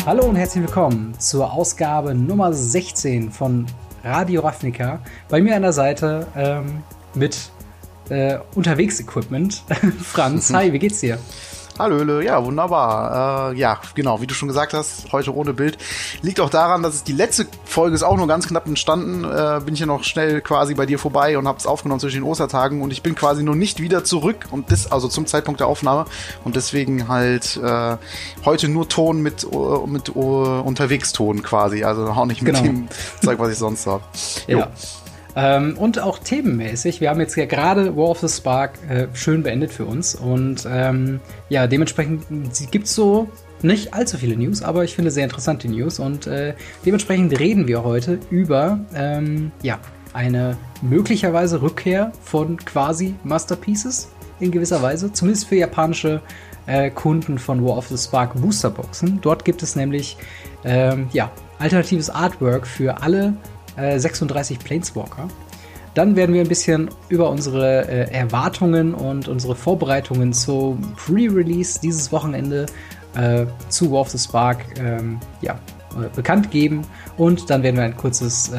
Hallo und herzlich willkommen zur Ausgabe Nummer 16 von Radio Ravnica. Bei mir an der Seite mit Unterwegs-Equipment. Franz, hi, wie geht's dir? Hallöle, ja, wunderbar. Ja, genau, wie du schon gesagt hast, heute ohne Bild. Liegt auch daran, dass es die letzte Folge ist auch nur ganz knapp entstanden. Bin ich ja noch schnell quasi bei dir vorbei und hab's aufgenommen zwischen den Ostertagen und ich bin quasi noch nicht wieder zurück und das, also zum Zeitpunkt der Aufnahme und deswegen halt heute nur Ton mit Unterwegston quasi, also auch nicht mit dem Zeug, was ich sonst habe. Ja. Und auch themenmäßig. Wir haben jetzt ja gerade War of the Spark schön beendet für uns. Und ja, dementsprechend gibt es so nicht allzu viele News, aber ich finde sehr interessante News. Und dementsprechend reden wir heute über eine möglicherweise Rückkehr von quasi Masterpieces in gewisser Weise. Zumindest für japanische Kunden von War of the Spark Boosterboxen. Dort gibt es nämlich alternatives Artwork für alle 36 Planeswalker. Dann werden wir ein bisschen über unsere Erwartungen und unsere Vorbereitungen zum Pre-Release dieses Wochenende zu War of the Spark bekannt geben. Und dann werden wir ein kurzes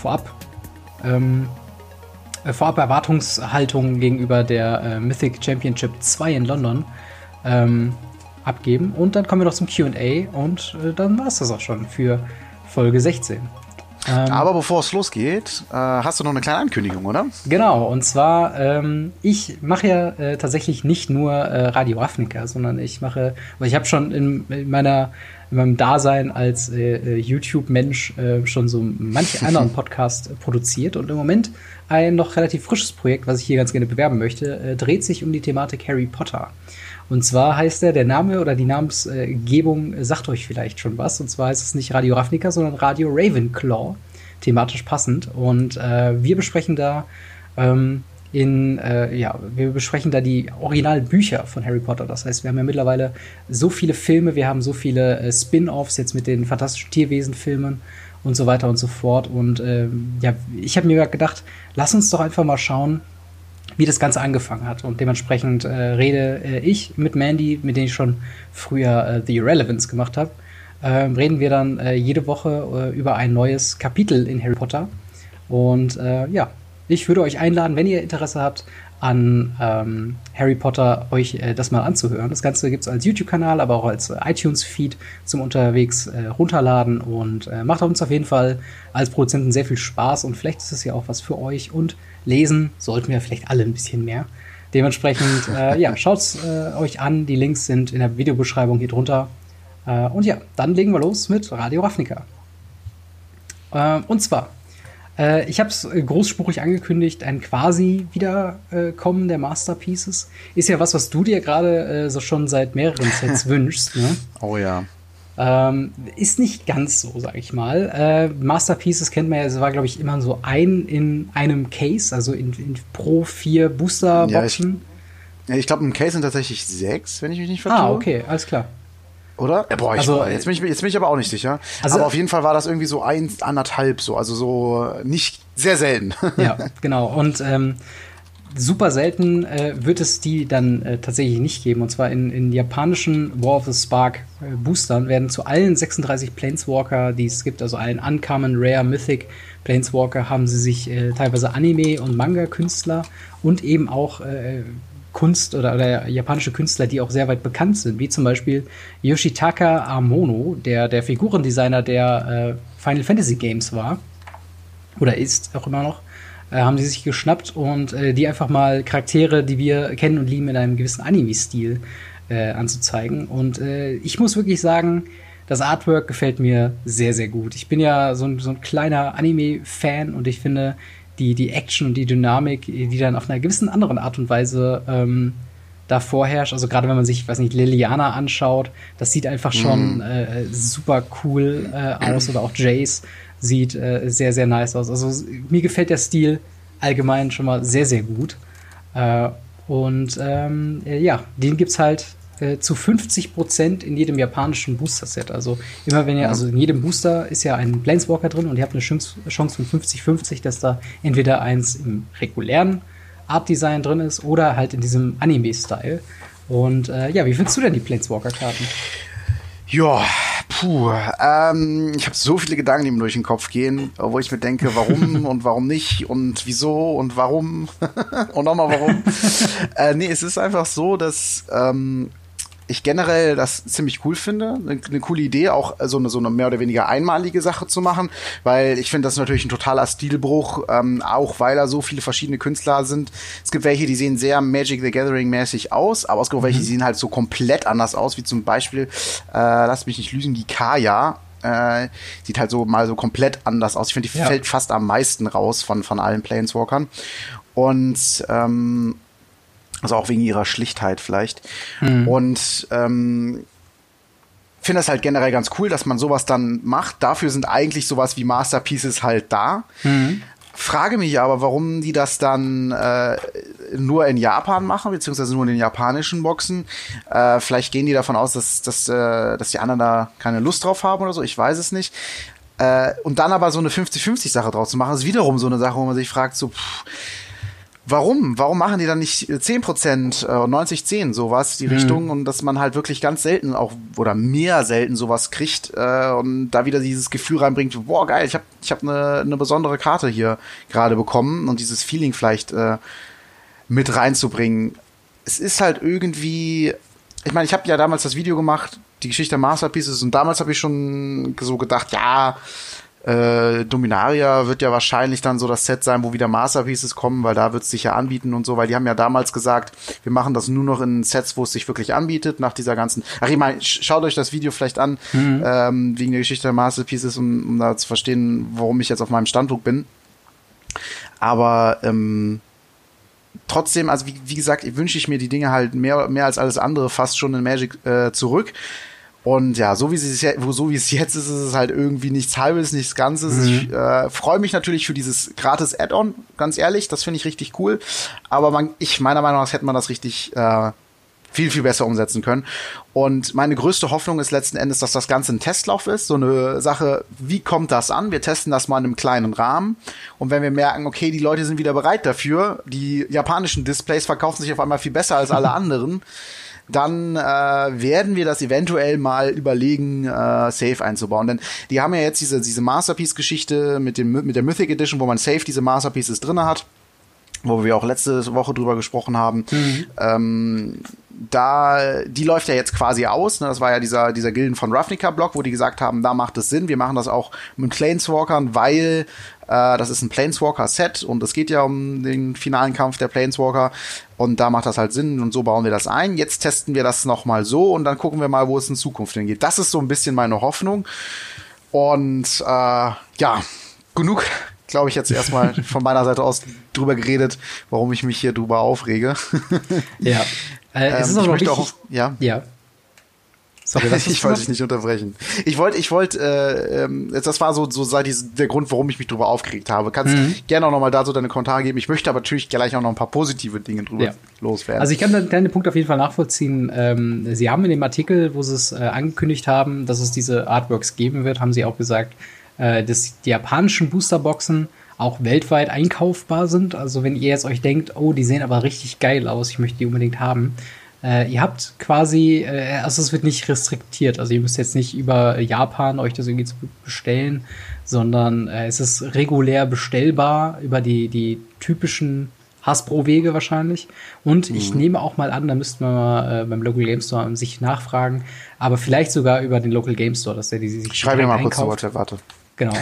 Vorab-Erwartungshaltung gegenüber der Mythic Championship 2 in London abgeben. Und dann kommen wir noch zum Q&A und dann war es das auch schon für Folge 16. Aber bevor es losgeht, hast du noch eine kleine Ankündigung, oder? Genau, und zwar, ich mache ja tatsächlich nicht nur Radio Ravnica, sondern ich habe schon in meinem Dasein als YouTube-Mensch schon so manch anderen Podcast produziert und im Moment ein noch relativ frisches Projekt, was ich hier ganz gerne bewerben möchte, dreht sich um die Thematik Harry Potter. Und zwar heißt der Name oder die Namensgebung sagt euch vielleicht schon was. Und zwar heißt es nicht Radio Ravnica, sondern Radio Ravenclaw, thematisch passend. Und wir besprechen da die Originalbücher von Harry Potter. Das heißt, wir haben ja mittlerweile so viele Filme, wir haben so viele Spin-offs jetzt mit den Fantastischen Tierwesen-Filmen und so weiter und so fort. Und ich habe mir gedacht, lass uns doch einfach mal schauen, wie das Ganze angefangen hat. Und dementsprechend rede ich mit Mandy, mit dem ich schon früher The Irrelevance gemacht habe, reden wir dann jede Woche über ein neues Kapitel in Harry Potter. Und ich würde euch einladen, wenn ihr Interesse habt, an Harry Potter euch das mal anzuhören. Das Ganze gibt es als YouTube-Kanal, aber auch als iTunes-Feed zum unterwegs runterladen und macht uns auf jeden Fall als Produzenten sehr viel Spaß und vielleicht ist es ja auch was für euch und lesen sollten wir vielleicht alle ein bisschen mehr. Dementsprechend, schaut es euch an. Die Links sind in der Videobeschreibung hier drunter. Und ja, dann legen wir los mit Radio Ravnica. Und zwar, ich habe es großspurig angekündigt, ein quasi Wiederkommen der Masterpieces. Ist ja was du dir gerade so schon seit mehreren Sets wünschst. Ne? Oh ja. Ist nicht ganz so, sag ich mal. Masterpieces kennt man ja, es war, glaube ich, immer so ein in einem Case, also in pro 4 Booster-Boxen. Ja, ich glaube, im Case sind tatsächlich 6, wenn ich mich nicht vertue. Ah, okay, alles klar. Oder? Jetzt bin ich aber auch nicht sicher. Also, aber auf jeden Fall war das irgendwie so 1,5 so, also so nicht sehr selten. Ja, genau. Und super selten wird es die dann tatsächlich nicht geben. Und zwar in japanischen War of the Spark Boostern werden zu allen 36 Planeswalker, die es gibt, also allen Uncommon, Rare, Mythic Planeswalker, haben sie sich teilweise Anime- und Manga-Künstler und eben auch Kunst oder japanische Künstler, die auch sehr weit bekannt sind, wie zum Beispiel Yoshitaka Amono, der Figurendesigner der Final Fantasy Games war oder ist auch immer noch, haben sie sich geschnappt und die einfach mal Charaktere, die wir kennen und lieben, in einem gewissen Anime-Stil anzuzeigen. Und ich muss wirklich sagen, das Artwork gefällt mir sehr, sehr gut. Ich bin ja so ein kleiner Anime-Fan und ich finde, die Action und die Dynamik, die dann auf einer gewissen anderen Art und Weise da vorherrscht. Also gerade wenn man sich, Liliana anschaut, das sieht einfach schon super cool aus. Oder auch Jace sieht sehr, sehr nice aus. Also mir gefällt der Stil allgemein schon mal sehr, sehr gut. Den gibt's halt zu 50% in jedem japanischen Booster-Set. Also immer wenn ihr, also in jedem Booster ist ja ein Planeswalker drin und ihr habt eine Chance von 50-50, dass da entweder eins im regulären Art-Design drin ist oder halt in diesem Anime-Style. Und wie findest du denn die Planeswalker-Karten? Ja, Ich habe so viele Gedanken, die mir durch den Kopf gehen, wo ich mir denke, warum und warum nicht und wieso und warum und nochmal warum. Nee, es ist einfach so, dass ich generell das ziemlich cool finde. Eine coole Idee, auch so eine mehr oder weniger einmalige Sache zu machen, weil ich finde, das ist natürlich ein totaler Stilbruch, auch weil da so viele verschiedene Künstler sind. Es gibt welche, die sehen sehr Magic the Gathering mäßig aus, aber es gibt auch welche, die sehen halt so komplett anders aus, wie zum Beispiel, lass mich nicht lügen, die Kaya. Sieht halt so mal so komplett anders aus. Ich finde, die fällt fast am meisten raus von allen Planeswalkern. Und also auch wegen ihrer Schlichtheit vielleicht. Und finde das halt generell ganz cool, dass man sowas dann macht. Dafür sind eigentlich sowas wie Masterpieces halt da. Frage mich aber, warum die das dann nur in Japan machen, beziehungsweise nur in den japanischen Boxen. Vielleicht gehen die davon aus, dass die anderen da keine Lust drauf haben oder so. Ich weiß es nicht. Und dann aber so eine 50-50-Sache draus zu machen, ist wiederum so eine Sache, wo man sich fragt, so warum? Warum machen die dann nicht 10%, 90-10 sowas, die Richtung, und dass man halt wirklich ganz selten auch oder mehr selten sowas kriegt und da wieder dieses Gefühl reinbringt, boah, geil, ich hab eine besondere Karte hier gerade bekommen und dieses Feeling vielleicht mit reinzubringen. Es ist halt irgendwie, ich meine, ich habe ja damals das Video gemacht, die Geschichte der Masterpieces, und damals habe ich schon so gedacht, ja, Dominaria wird ja wahrscheinlich dann so das Set sein, wo wieder Masterpieces kommen, weil da wird es sich ja anbieten und so, weil die haben ja damals gesagt, wir machen das nur noch in Sets, wo es sich wirklich anbietet, nach dieser ganzen, ich meine, schaut euch das Video vielleicht an, wegen der Geschichte der Masterpieces, um da zu verstehen, warum ich jetzt auf meinem Standpunkt bin. Aber trotzdem, also wie gesagt, wünsche ich mir die Dinge halt mehr als alles andere fast schon in Magic zurück. Und ja, so wie es jetzt ist, ist es halt irgendwie nichts Halbes, nichts Ganzes. Ich freue mich natürlich für dieses gratis Add-on, ganz ehrlich, das finde ich richtig cool. Aber meiner Meinung nach hätte man das richtig viel, viel besser umsetzen können. Und meine größte Hoffnung ist letzten Endes, dass das Ganze ein Testlauf ist. So eine Sache, wie kommt das an? Wir testen das mal in einem kleinen Rahmen. Und wenn wir merken, okay, die Leute sind wieder bereit dafür, die japanischen Displays verkaufen sich auf einmal viel besser als alle anderen, dann werden wir das eventuell mal überlegen, Safe einzubauen. Denn die haben ja jetzt diese Masterpiece-Geschichte mit der Mythic Edition, wo man Safe diese Masterpieces drin hat, wo wir auch letzte Woche drüber gesprochen haben. Die läuft ja jetzt quasi aus. Ne? Das war ja dieser Gilden von Ravnica-Block, wo die gesagt haben, da macht es Sinn. Wir machen das auch mit Planeswalkern, weil das ist ein Planeswalker-Set und es geht ja um den finalen Kampf der Planeswalker und da macht das halt Sinn und so bauen wir das ein. Jetzt testen wir das nochmal so und dann gucken wir mal, wo es in Zukunft hingeht. Das ist so ein bisschen meine Hoffnung und genug, glaube ich, jetzt erstmal von meiner Seite aus drüber geredet, warum ich mich hier drüber aufrege. Ja, es ist auch noch wichtig. Ja. Sorry, ich wollte dich nicht unterbrechen. Ich wollte, das war so der Grund, warum ich mich drüber aufgeregt habe. Kannst gerne auch noch mal dazu deine Kommentare geben. Ich möchte aber natürlich gleich auch noch ein paar positive Dinge drüber loswerden. Also ich kann deinen Punkt auf jeden Fall nachvollziehen. Sie haben in dem Artikel, wo sie es angekündigt haben, dass es diese Artworks geben wird, haben sie auch gesagt, dass die japanischen Boosterboxen auch weltweit einkaufbar sind. Also wenn ihr jetzt euch denkt, oh, die sehen aber richtig geil aus, ich möchte die unbedingt haben, ihr habt quasi, also es wird nicht restriktiert, also ihr müsst jetzt nicht über Japan euch das irgendwie bestellen, sondern es ist regulär bestellbar über die typischen Hasbro-Wege wahrscheinlich. Und ich nehme auch mal an, da müssten wir mal beim Local Game Store sich nachfragen, aber vielleicht sogar über den Local Game Store, dass der die sich ich schreibe dir mal kurz zu WhatsApp, warte. Genau.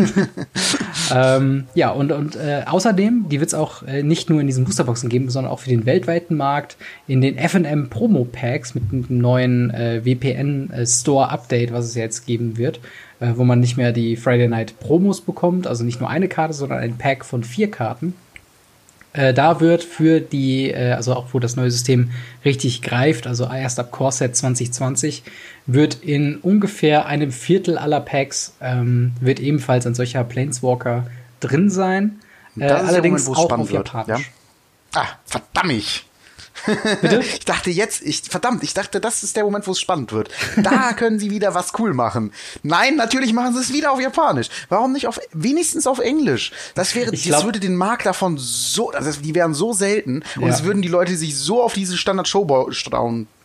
Und außerdem, die wird es auch nicht nur in diesen Boosterboxen geben, sondern auch für den weltweiten Markt in den F&M Promo Packs mit einem neuen WPN Store Update, was es jetzt geben wird, wo man nicht mehr die Friday Night Promos bekommt, also nicht nur eine Karte, sondern ein Pack von 4 Karten. Da wird für die, also auch wo das neue System richtig greift, also erst ab Core Set 2020, wird in ungefähr einem Viertel aller Packs wird ebenfalls ein solcher Planeswalker drin sein. Allerdings Moment, auch auf Japanisch. Ja? Verdammt! Bitte? Ich dachte, das ist der Moment, wo es spannend wird. Da können sie wieder was cool machen. Nein, natürlich machen sie es wieder auf Japanisch. Warum nicht wenigstens auf Englisch? Das würde den Markt davon so, also die wären so selten und es würden die Leute sich so auf diese Standard-Showdown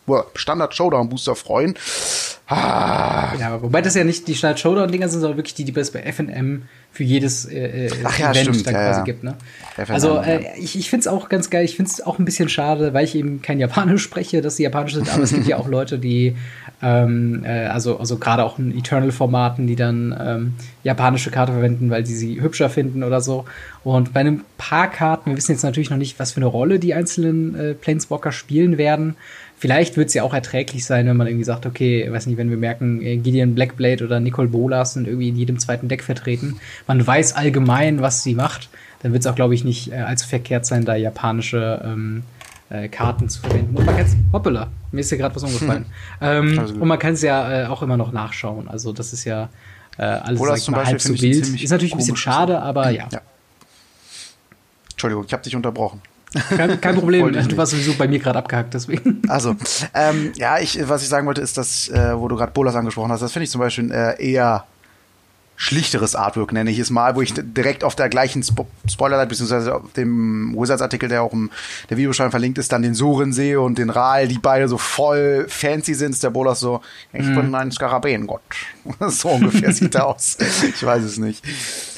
Standard Showdown Booster freuen. Ja, wobei das ja nicht die Standard Showdown-Dinger sind, sondern wirklich die es bei FNM für jedes Event stimmt, dann quasi gibt. Ne? Also ich finde es auch ganz geil. Ich finde es auch ein bisschen schade, weil ich eben kein Japanisch spreche, dass sie Japanisch sind. Aber es gibt ja auch Leute, die also gerade auch in Eternal-Formaten, die dann japanische Karte verwenden, weil sie hübscher finden oder so. Und bei ein paar Karten, wir wissen jetzt natürlich noch nicht, was für eine Rolle die einzelnen Planeswalker spielen werden. Vielleicht wird es ja auch erträglich sein, wenn man irgendwie sagt, okay, weiß nicht, wenn wir merken, Gideon Blackblade oder Nicole Bolas sind irgendwie in jedem zweiten Deck vertreten. Man weiß allgemein, was sie macht. Dann wird es auch, glaube ich, nicht allzu verkehrt sein, da japanische Karten zu verwenden. Und man kann es, hoppala, mir ist hier gerade was umgefallen. Und man kann es ja auch immer noch nachschauen. Also das ist ja alles, sag ich mal, halb so wild. Ist natürlich ein bisschen schade, aber ja. Entschuldigung, ich habe dich unterbrochen. Kein Problem, du warst sowieso bei mir gerade abgehackt, deswegen. Also, was ich sagen wollte, ist, dass, wo du gerade Bolas angesprochen hast, das finde ich zum Beispiel eher schlichteres Artwork, nenne ich es mal, wo ich direkt auf der gleichen Spoilerseite, beziehungsweise auf dem Wizards-Artikel, der auch im der Videobeschreibung verlinkt ist, dann den Sorin sehe und den Rahl, die beide so voll fancy sind, ist der Bolas so, ich bin ein Skarabäengott. So ungefähr sieht er aus. Ich weiß es nicht.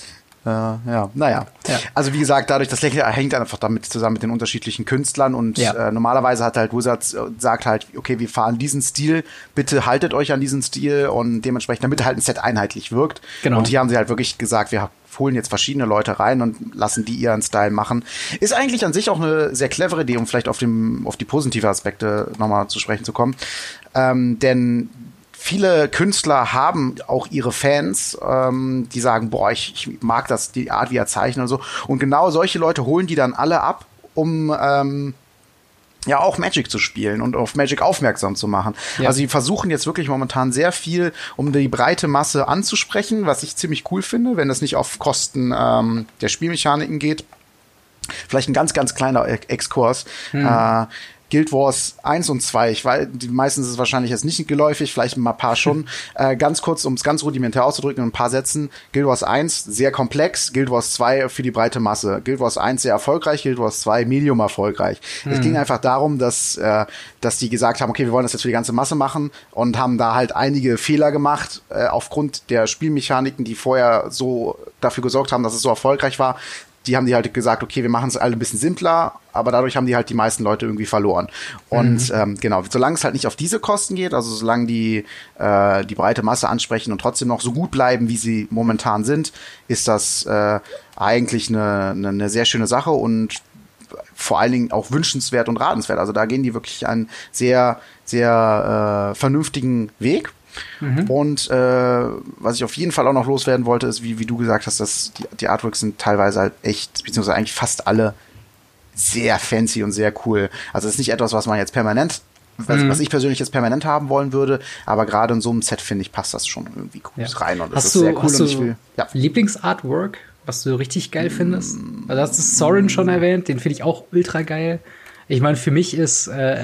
Also wie gesagt, dadurch, das Lächeln hängt einfach damit zusammen mit den unterschiedlichen Künstlern und normalerweise hat halt Wizards sagt halt, okay, wir fahren diesen Stil, bitte haltet euch an diesen Stil und dementsprechend, damit halt ein Set einheitlich wirkt. Genau. Und hier haben sie halt wirklich gesagt, wir holen jetzt verschiedene Leute rein und lassen die ihren Style machen. Ist eigentlich an sich auch eine sehr clevere Idee, um vielleicht auf die positive Aspekte nochmal zu sprechen zu kommen. Denn viele Künstler haben auch ihre Fans, die sagen, boah, ich mag das, die Art, wie er zeichnet und so. Und genau solche Leute holen die dann alle ab, um auch Magic zu spielen und auf Magic aufmerksam zu machen. Ja. Also sie versuchen jetzt wirklich momentan sehr viel, um die breite Masse anzusprechen, was ich ziemlich cool finde, wenn das nicht auf Kosten der Spielmechaniken geht. Vielleicht ein ganz, ganz kleiner Exkurs. Guild Wars 1 und 2, ich weiß, meistens ist es wahrscheinlich jetzt nicht geläufig, vielleicht ein paar schon. Ganz kurz, um es ganz rudimentär auszudrücken, in ein paar Sätzen. Guild Wars 1, sehr komplex, Guild Wars 2 für die breite Masse. Guild Wars 1 sehr erfolgreich, Guild Wars 2 medium erfolgreich. Es ging einfach darum, dass die gesagt haben, okay, wir wollen das jetzt für die ganze Masse machen und haben da halt einige Fehler gemacht, aufgrund der Spielmechaniken, die vorher so dafür gesorgt haben, dass es so erfolgreich war. Die haben die halt gesagt, okay, wir machen es alle ein bisschen simpler, aber dadurch haben die halt die meisten Leute irgendwie verloren. Und genau, solange es halt nicht auf diese Kosten geht, also solange die breite Masse ansprechen und trotzdem noch so gut bleiben, wie sie momentan sind, ist das eigentlich eine sehr schöne Sache und vor allen Dingen auch wünschenswert und ratenswert. Also da gehen die wirklich einen sehr, sehr vernünftigen Weg. Und was ich auf jeden Fall auch noch loswerden wollte, ist, wie du gesagt hast, dass die Artworks sind teilweise halt echt, beziehungsweise eigentlich fast alle sehr fancy und sehr cool. Also es ist nicht etwas, was man jetzt permanent, was ich persönlich jetzt permanent haben wollen würde, aber gerade in so einem Set, finde ich, passt das schon irgendwie gut rein und das ist sehr cool. Hast und ich will, Lieblingsartwork, was du richtig geil findest? Also hast du Sorin schon erwähnt, den finde ich auch ultra geil. Ich meine, für mich ist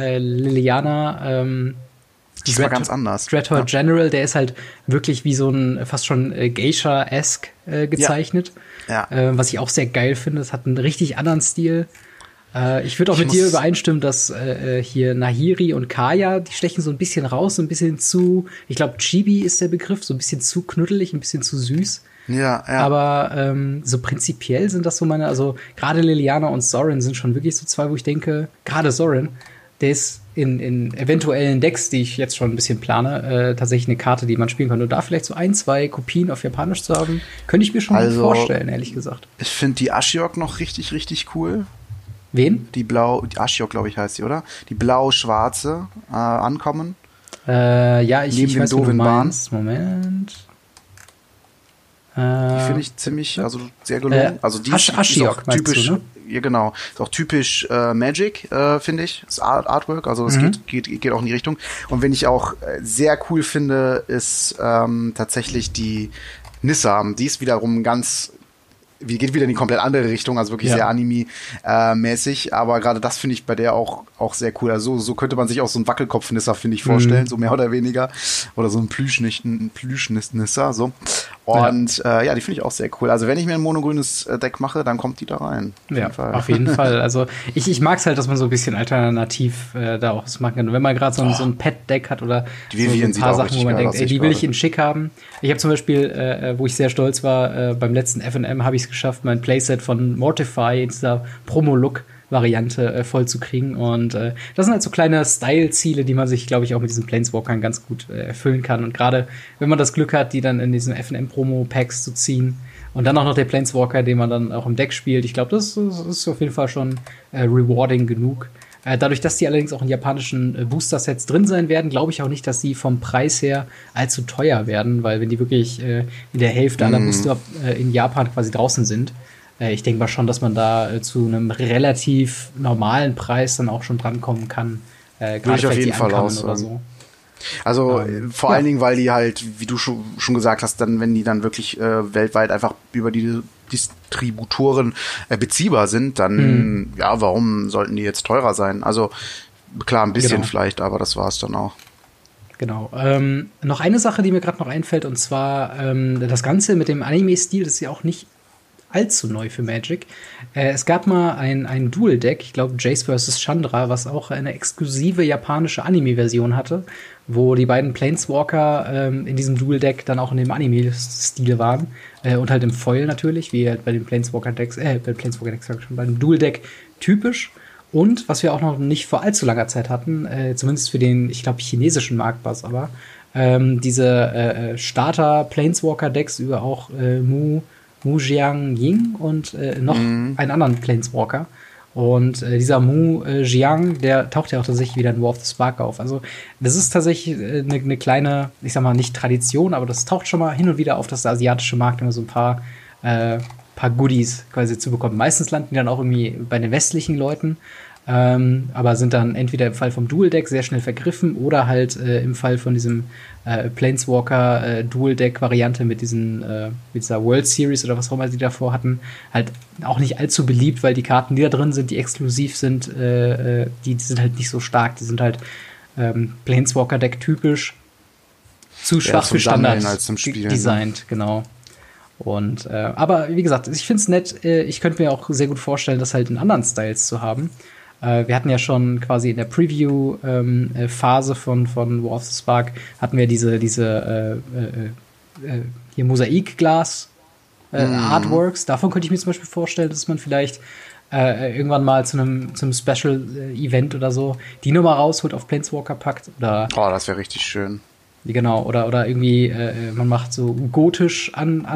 Liliana das war ganz anders. Dreadhorde General, der ist halt wirklich wie so ein fast schon Geisha-esque gezeichnet. Ja. Was ich auch sehr geil finde. Es hat einen richtig anderen Stil. Ich würde auch mit dir übereinstimmen, dass hier Nahiri und Kaya, die stechen so ein bisschen raus, so ein bisschen zu, ich glaube, Chibi ist der Begriff, so ein bisschen zu knuddelig, ein bisschen zu süß. Ja. Aber so prinzipiell sind das so meine, also gerade Liliana und Sorin sind schon wirklich so zwei, wo ich denke, gerade Sorin, der ist in eventuellen Decks, die ich jetzt schon ein bisschen plane, tatsächlich eine Karte, die man spielen kann. Und da vielleicht so 1, 2 Kopien auf Japanisch zu haben, könnte ich mir schon vorstellen, ehrlich gesagt. Ich finde die Ashiok noch richtig, richtig cool. Wen? Die Ashiok, glaube ich, heißt die, oder? Die blau-schwarze Ankommen. Ja, ich weiß, wie du meinst. Moment. Die finde ich ziemlich, also sehr gelungen. Also die Ashiok, ist auch typisch, du, ne? Ja, genau. Ist auch typisch Magic, finde ich. Das Artwork, also es geht auch in die Richtung. Und wenn ich auch sehr cool finde, ist tatsächlich die Nissa. Die ist wiederum ganz geht wieder in die komplett andere Richtung, also wirklich sehr Anime-mäßig, aber gerade das finde ich bei der auch sehr cool. Also so könnte man sich auch so einen Wackelkopf-Nisser, finde ich, vorstellen, so mehr oder weniger. Oder so ein Plüschnisser, so. Und die finde ich auch sehr cool. Also wenn ich mir ein monogrünes Deck mache, dann kommt die da rein. Auf jeden Fall. Also ich mag es halt, dass man so ein bisschen alternativ da auch was machen kann. Und wenn man gerade so ein Pet-Deck hat oder so ein paar Sachen, wo man denkt, ey, die will ich in schick haben. Ich habe zum Beispiel, wo ich sehr stolz war, beim letzten FNM habe ich es geschafft, mein Playset von Mortify in dieser Promo-Look-Variante voll zu kriegen. Und das sind halt so kleine Style-Ziele, die man sich, glaube ich, auch mit diesen Planeswalkern ganz gut erfüllen kann. Und gerade, wenn man das Glück hat, die dann in diesen FNM-Promo-Packs zu ziehen und dann auch noch der Planeswalker, den man dann auch im Deck spielt, ich glaube, das ist auf jeden Fall schon rewarding genug. Dadurch, dass die allerdings auch in japanischen Booster-Sets drin sein werden, glaube ich auch nicht, dass sie vom Preis her allzu teuer werden, weil wenn die wirklich in der Hälfte aller Booster in Japan quasi draußen sind, ich denke mal schon, dass man da zu einem relativ normalen Preis dann auch schon drankommen kann. Würde ich auf jeden Fall aus. Oder so. Also vor allen Dingen, weil die halt, wie du schon gesagt hast, dann, wenn die dann wirklich weltweit einfach über die Distributoren beziehbar sind, dann warum sollten die jetzt teurer sein? Also klar, ein bisschen vielleicht, aber das war's dann auch. Genau. Noch eine Sache, die mir gerade noch einfällt, und zwar das Ganze mit dem Anime-Stil, das ist ja auch nicht allzu neu für Magic. Es gab mal ein Dual-Deck, ich glaube Jace vs. Chandra, was auch eine exklusive japanische Anime-Version hatte, wo die beiden Planeswalker in diesem Dual-Deck dann auch in dem Anime-Stil waren. Und halt im Foil natürlich, wie halt bei den Planeswalker-Decks, bei dem Dual-Deck typisch. Und was wir auch noch nicht vor allzu langer Zeit hatten, zumindest für den, ich glaube, chinesischen Markt war es aber, diese Starter-Planeswalker-Decks über auch Mu Jiang und noch einen anderen Planeswalker. Und dieser Mu Jiang, der taucht ja auch tatsächlich wieder in War of the Spark auf. Also das ist tatsächlich eine kleine, ich sag mal nicht Tradition, aber das taucht schon mal hin und wieder auf, dass der asiatische Markt immer so ein paar Goodies quasi zu bekommen. Meistens landen die dann auch irgendwie bei den westlichen Leuten, aber sind dann entweder im Fall vom Dual-Deck sehr schnell vergriffen oder halt im Fall von diesem Planeswalker Dual-Deck-Variante mit dieser World Series oder was auch immer sie davor hatten, halt auch nicht allzu beliebt, weil die Karten, die da drin sind, die exklusiv sind, die sind halt nicht so stark. Die sind halt Planeswalker-Deck typisch, zu schwach für Standard designt, genau. Und aber wie gesagt, ich finde es nett. Ich könnte mir auch sehr gut vorstellen, das halt in anderen Styles zu haben. Wir hatten ja schon quasi in der Preview-Phase von War of the Spark hatten wir diese hier Mosaikglas Artworks. Davon könnte ich mir zum Beispiel vorstellen, dass man vielleicht irgendwann mal zum Special-Event oder so die Nummer rausholt, auf Planeswalker packt. Oder das wäre richtig schön. Genau, oder irgendwie man macht so gotisch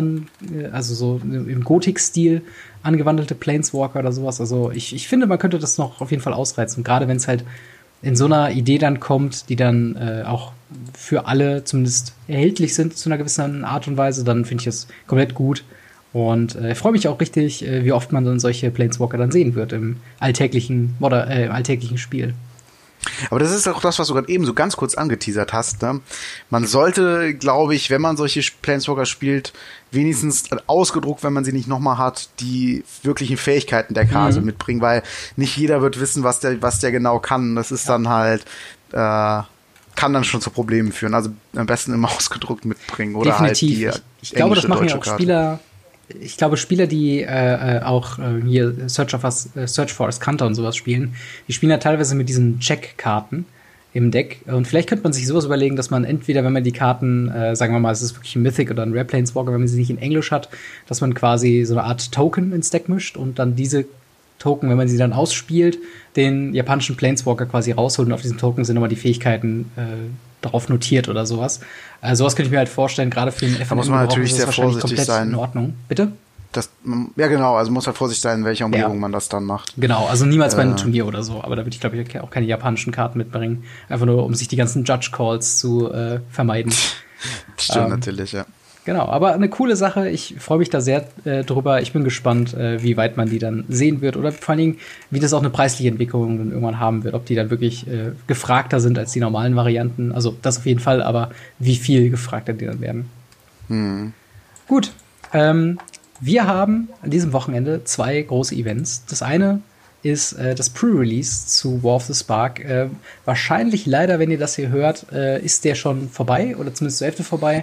also so im Gotik-Stil angewandelte Planeswalker oder sowas. Also ich finde, man könnte das noch auf jeden Fall ausreizen. Gerade wenn es halt in so einer Idee dann kommt, die dann auch für alle zumindest erhältlich sind zu einer gewissen Art und Weise, dann finde ich das komplett gut. Und ich freue mich auch richtig, wie oft man dann solche Planeswalker dann sehen wird im alltäglichen Spiel. Aber das ist auch das, was du gerade eben so ganz kurz angeteasert hast. Ne? Man sollte, glaube ich, wenn man solche Planeswalker spielt, wenigstens ausgedruckt, wenn man sie nicht nochmal hat, die wirklichen Fähigkeiten der Karte mitbringen, weil nicht jeder wird wissen, was der genau kann. Das ist dann halt, kann dann schon zu Problemen führen. Also am besten immer ausgedruckt mitbringen. Oder definitiv. Halt die ich glaube, das machen ja auch Karte. Spieler. Ich glaube, Spieler, die auch hier Search for Ascanta und sowas spielen, die spielen ja teilweise mit diesen Check-Karten im Deck. Und vielleicht könnte man sich sowas überlegen, dass man entweder, wenn man die Karten, sagen wir mal, es ist wirklich ein Mythic oder ein Rare Planeswalker, wenn man sie nicht in Englisch hat, dass man quasi so eine Art Token ins Deck mischt und dann diese Token, wenn man sie dann ausspielt, den japanischen Planeswalker quasi rausholt und auf diesen Token sind nochmal die Fähigkeiten drauf notiert oder sowas. Sowas könnte ich mir halt vorstellen, gerade für den FNM. Da muss man natürlich sehr vorsichtig sein. In Ordnung. Bitte? Ja, genau, also muss halt vorsichtig sein, in welcher Umgebung man das dann macht. Genau, also niemals bei einem Turnier oder so, aber da würde ich, glaube ich, auch keine japanischen Karten mitbringen. Einfach nur, um sich die ganzen Judge-Calls zu vermeiden. Stimmt, natürlich, ja. Genau, aber eine coole Sache. Ich freue mich da sehr drüber. Ich bin gespannt, wie weit man die dann sehen wird oder vor allen Dingen, wie das auch eine preisliche Entwicklung dann irgendwann haben wird. Ob die dann wirklich gefragter sind als die normalen Varianten. Also das auf jeden Fall, aber wie viel gefragter die dann werden. Gut. Wir haben an diesem Wochenende 2 große Events. Das eine ist das Pre-Release zu War of the Spark. Wahrscheinlich leider, wenn ihr das hier hört, ist der schon vorbei oder zumindest zur Hälfte vorbei.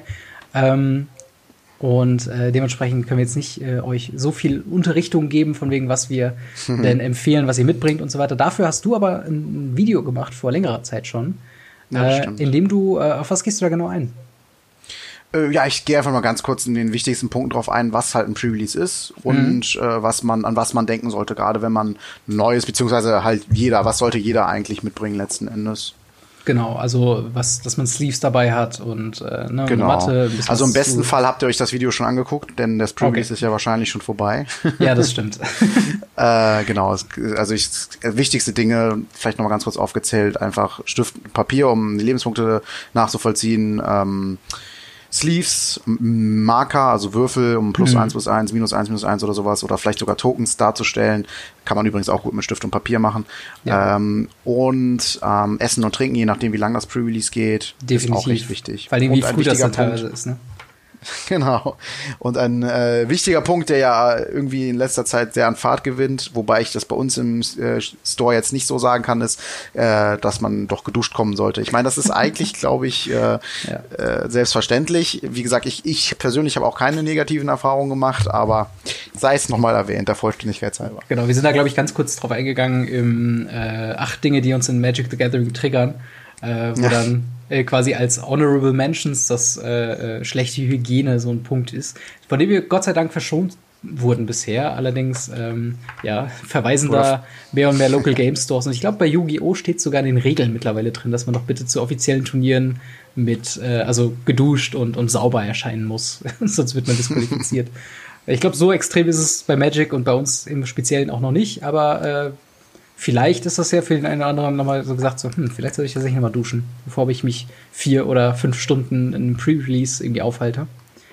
Und dementsprechend können wir jetzt nicht euch so viel Unterrichtung geben, von wegen, was wir denn empfehlen, was ihr mitbringt und so weiter. Dafür hast du aber ein Video gemacht vor längerer Zeit schon, in dem du, auf was gehst du da genau ein? Ja, ich gehe einfach mal ganz kurz in den wichtigsten Punkten drauf ein, was halt ein Pre-Release ist und an was man denken sollte, gerade wenn man Neues, beziehungsweise halt was sollte jeder eigentlich mitbringen letzten Endes. Genau, also dass man Sleeves dabei hat und genau. Eine Matte. Also im besten Fall habt ihr euch das Video schon angeguckt, denn das Pre-Release ist ja wahrscheinlich schon vorbei. Ja, das stimmt. Genau, also wichtigste Dinge, vielleicht noch mal ganz kurz aufgezählt, einfach Stift, Papier, um die Lebenspunkte nachzuvollziehen, Sleeves, Marker, also Würfel, um +1, +1, -1, -1 oder sowas, oder vielleicht sogar Tokens darzustellen. Kann man übrigens auch gut mit Stift und Papier machen. Ja. Und Essen und Trinken, je nachdem, wie lang das Pre-Release geht. Definitiv. Ist auch recht wichtig. Vor allem, wie früh das dann teilweise ist, ne? Genau. Und ein wichtiger Punkt, der ja irgendwie in letzter Zeit sehr an Fahrt gewinnt, wobei ich das bei uns im Store jetzt nicht so sagen kann, ist, dass man doch geduscht kommen sollte. Ich meine, das ist eigentlich, glaube ich, selbstverständlich. Wie gesagt, ich persönlich habe auch keine negativen Erfahrungen gemacht, aber sei es nochmal erwähnt, der Vollständigkeit halber. Genau, wir sind da, glaube ich, ganz kurz drauf eingegangen im 8 Dinge, die uns in Magic the Gathering triggern, wo dann quasi als Honorable Mentions, dass schlechte Hygiene so ein Punkt ist, von dem wir Gott sei Dank verschont wurden bisher. Allerdings verweisen da mehr und mehr Local Game Stores. Und ich glaube, bei Yu-Gi-Oh! Steht sogar in den Regeln mittlerweile drin, dass man doch bitte zu offiziellen Turnieren mit geduscht und sauber erscheinen muss. Sonst wird man disqualifiziert. Ich glaube, so extrem ist es bei Magic und bei uns im Speziellen auch noch nicht, aber vielleicht ist das ja für den einen oder anderen nochmal so gesagt, vielleicht soll ich tatsächlich nochmal duschen, bevor ich mich 4 oder 5 Stunden in einem Pre-Release irgendwie aufhalte.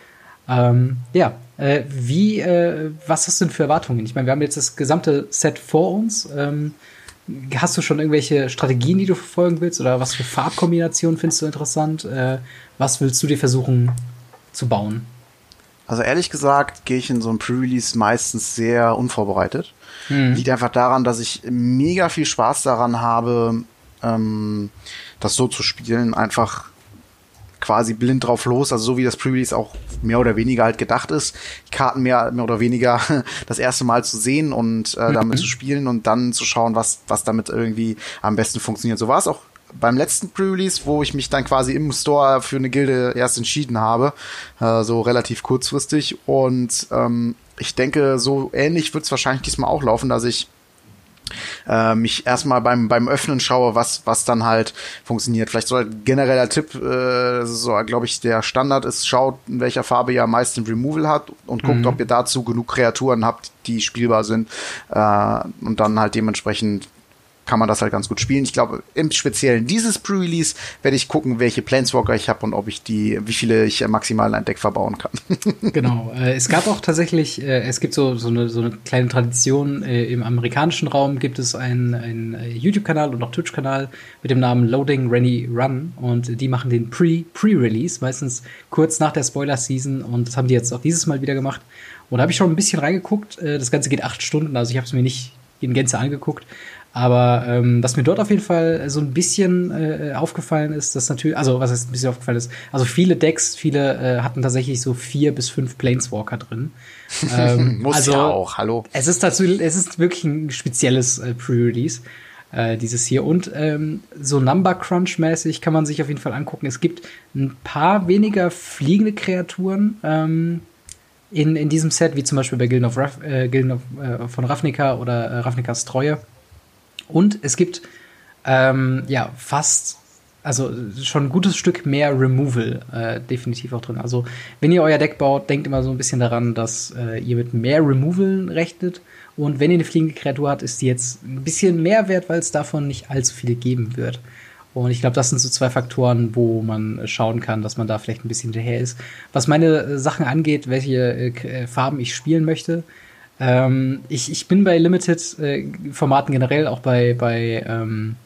Was hast du denn für Erwartungen? Ich meine, wir haben jetzt das gesamte Set vor uns. Hast du schon irgendwelche Strategien, die du verfolgen willst? Oder was für Farbkombinationen findest du interessant? Was willst du dir versuchen zu bauen? Also ehrlich gesagt gehe ich in so ein Pre-Release meistens sehr unvorbereitet. Liegt einfach daran, dass ich mega viel Spaß daran habe, das so zu spielen, einfach quasi blind drauf los, also so wie das Pre-Release auch mehr oder weniger halt gedacht ist, die Karten mehr oder weniger das erste Mal zu sehen und damit zu spielen und dann zu schauen, was damit irgendwie am besten funktioniert. So war es auch beim letzten Pre-Release, wo ich mich dann quasi im Store für eine Gilde erst entschieden habe, so relativ kurzfristig, und ich denke, so ähnlich wird es wahrscheinlich diesmal auch laufen, dass ich mich erstmal beim Öffnen schaue, was dann halt funktioniert. Vielleicht so ein genereller Tipp, so glaube ich, der Standard ist, schaut, in welcher Farbe ihr am meisten Removal habt und guckt, ob ihr dazu genug Kreaturen habt, die spielbar sind, und dann halt dementsprechend kann man das halt ganz gut spielen. Ich glaube, im Speziellen dieses Pre-Release werde ich gucken, welche Planeswalker ich habe und wie viele ich maximal in ein Deck verbauen kann. Genau. Es gab auch tatsächlich, es gibt so eine kleine Tradition. Im amerikanischen Raum gibt es einen YouTube-Kanal und auch Twitch-Kanal mit dem Namen Loading Rennie Run, und die machen den Pre-Release, meistens kurz nach der Spoiler-Season, und das haben die jetzt auch dieses Mal wieder gemacht. Und da habe ich schon ein bisschen reingeguckt. Das Ganze geht 8 Stunden, also ich habe es mir nicht in Gänze angeguckt. Aber was mir dort auf jeden Fall so ein bisschen aufgefallen ist, dass natürlich, also was heißt ein bisschen aufgefallen ist, also viele Decks, hatten tatsächlich so 4 bis 5 Planeswalker drin. Muss also, ja auch, hallo. Es ist wirklich ein spezielles Pre-Release, dieses hier. Und so Number Crunch-mäßig kann man sich auf jeden Fall angucken. Es gibt ein paar weniger fliegende Kreaturen in diesem Set, wie zum Beispiel bei Gilden von Ravnica oder Ravnikas Treue. Und es gibt fast, also schon ein gutes Stück mehr Removal definitiv auch drin. Also wenn ihr euer Deck baut, denkt immer so ein bisschen daran, dass ihr mit mehr Removal rechnet. Und wenn ihr eine fliegende Kreatur habt, ist die jetzt ein bisschen mehr wert, weil es davon nicht allzu viele geben wird. Und ich glaube, das sind so 2 Faktoren, wo man schauen kann, dass man da vielleicht ein bisschen hinterher ist. Was meine Sachen angeht, welche Farben ich spielen möchte, ich bin bei Limited-Formaten generell, auch bei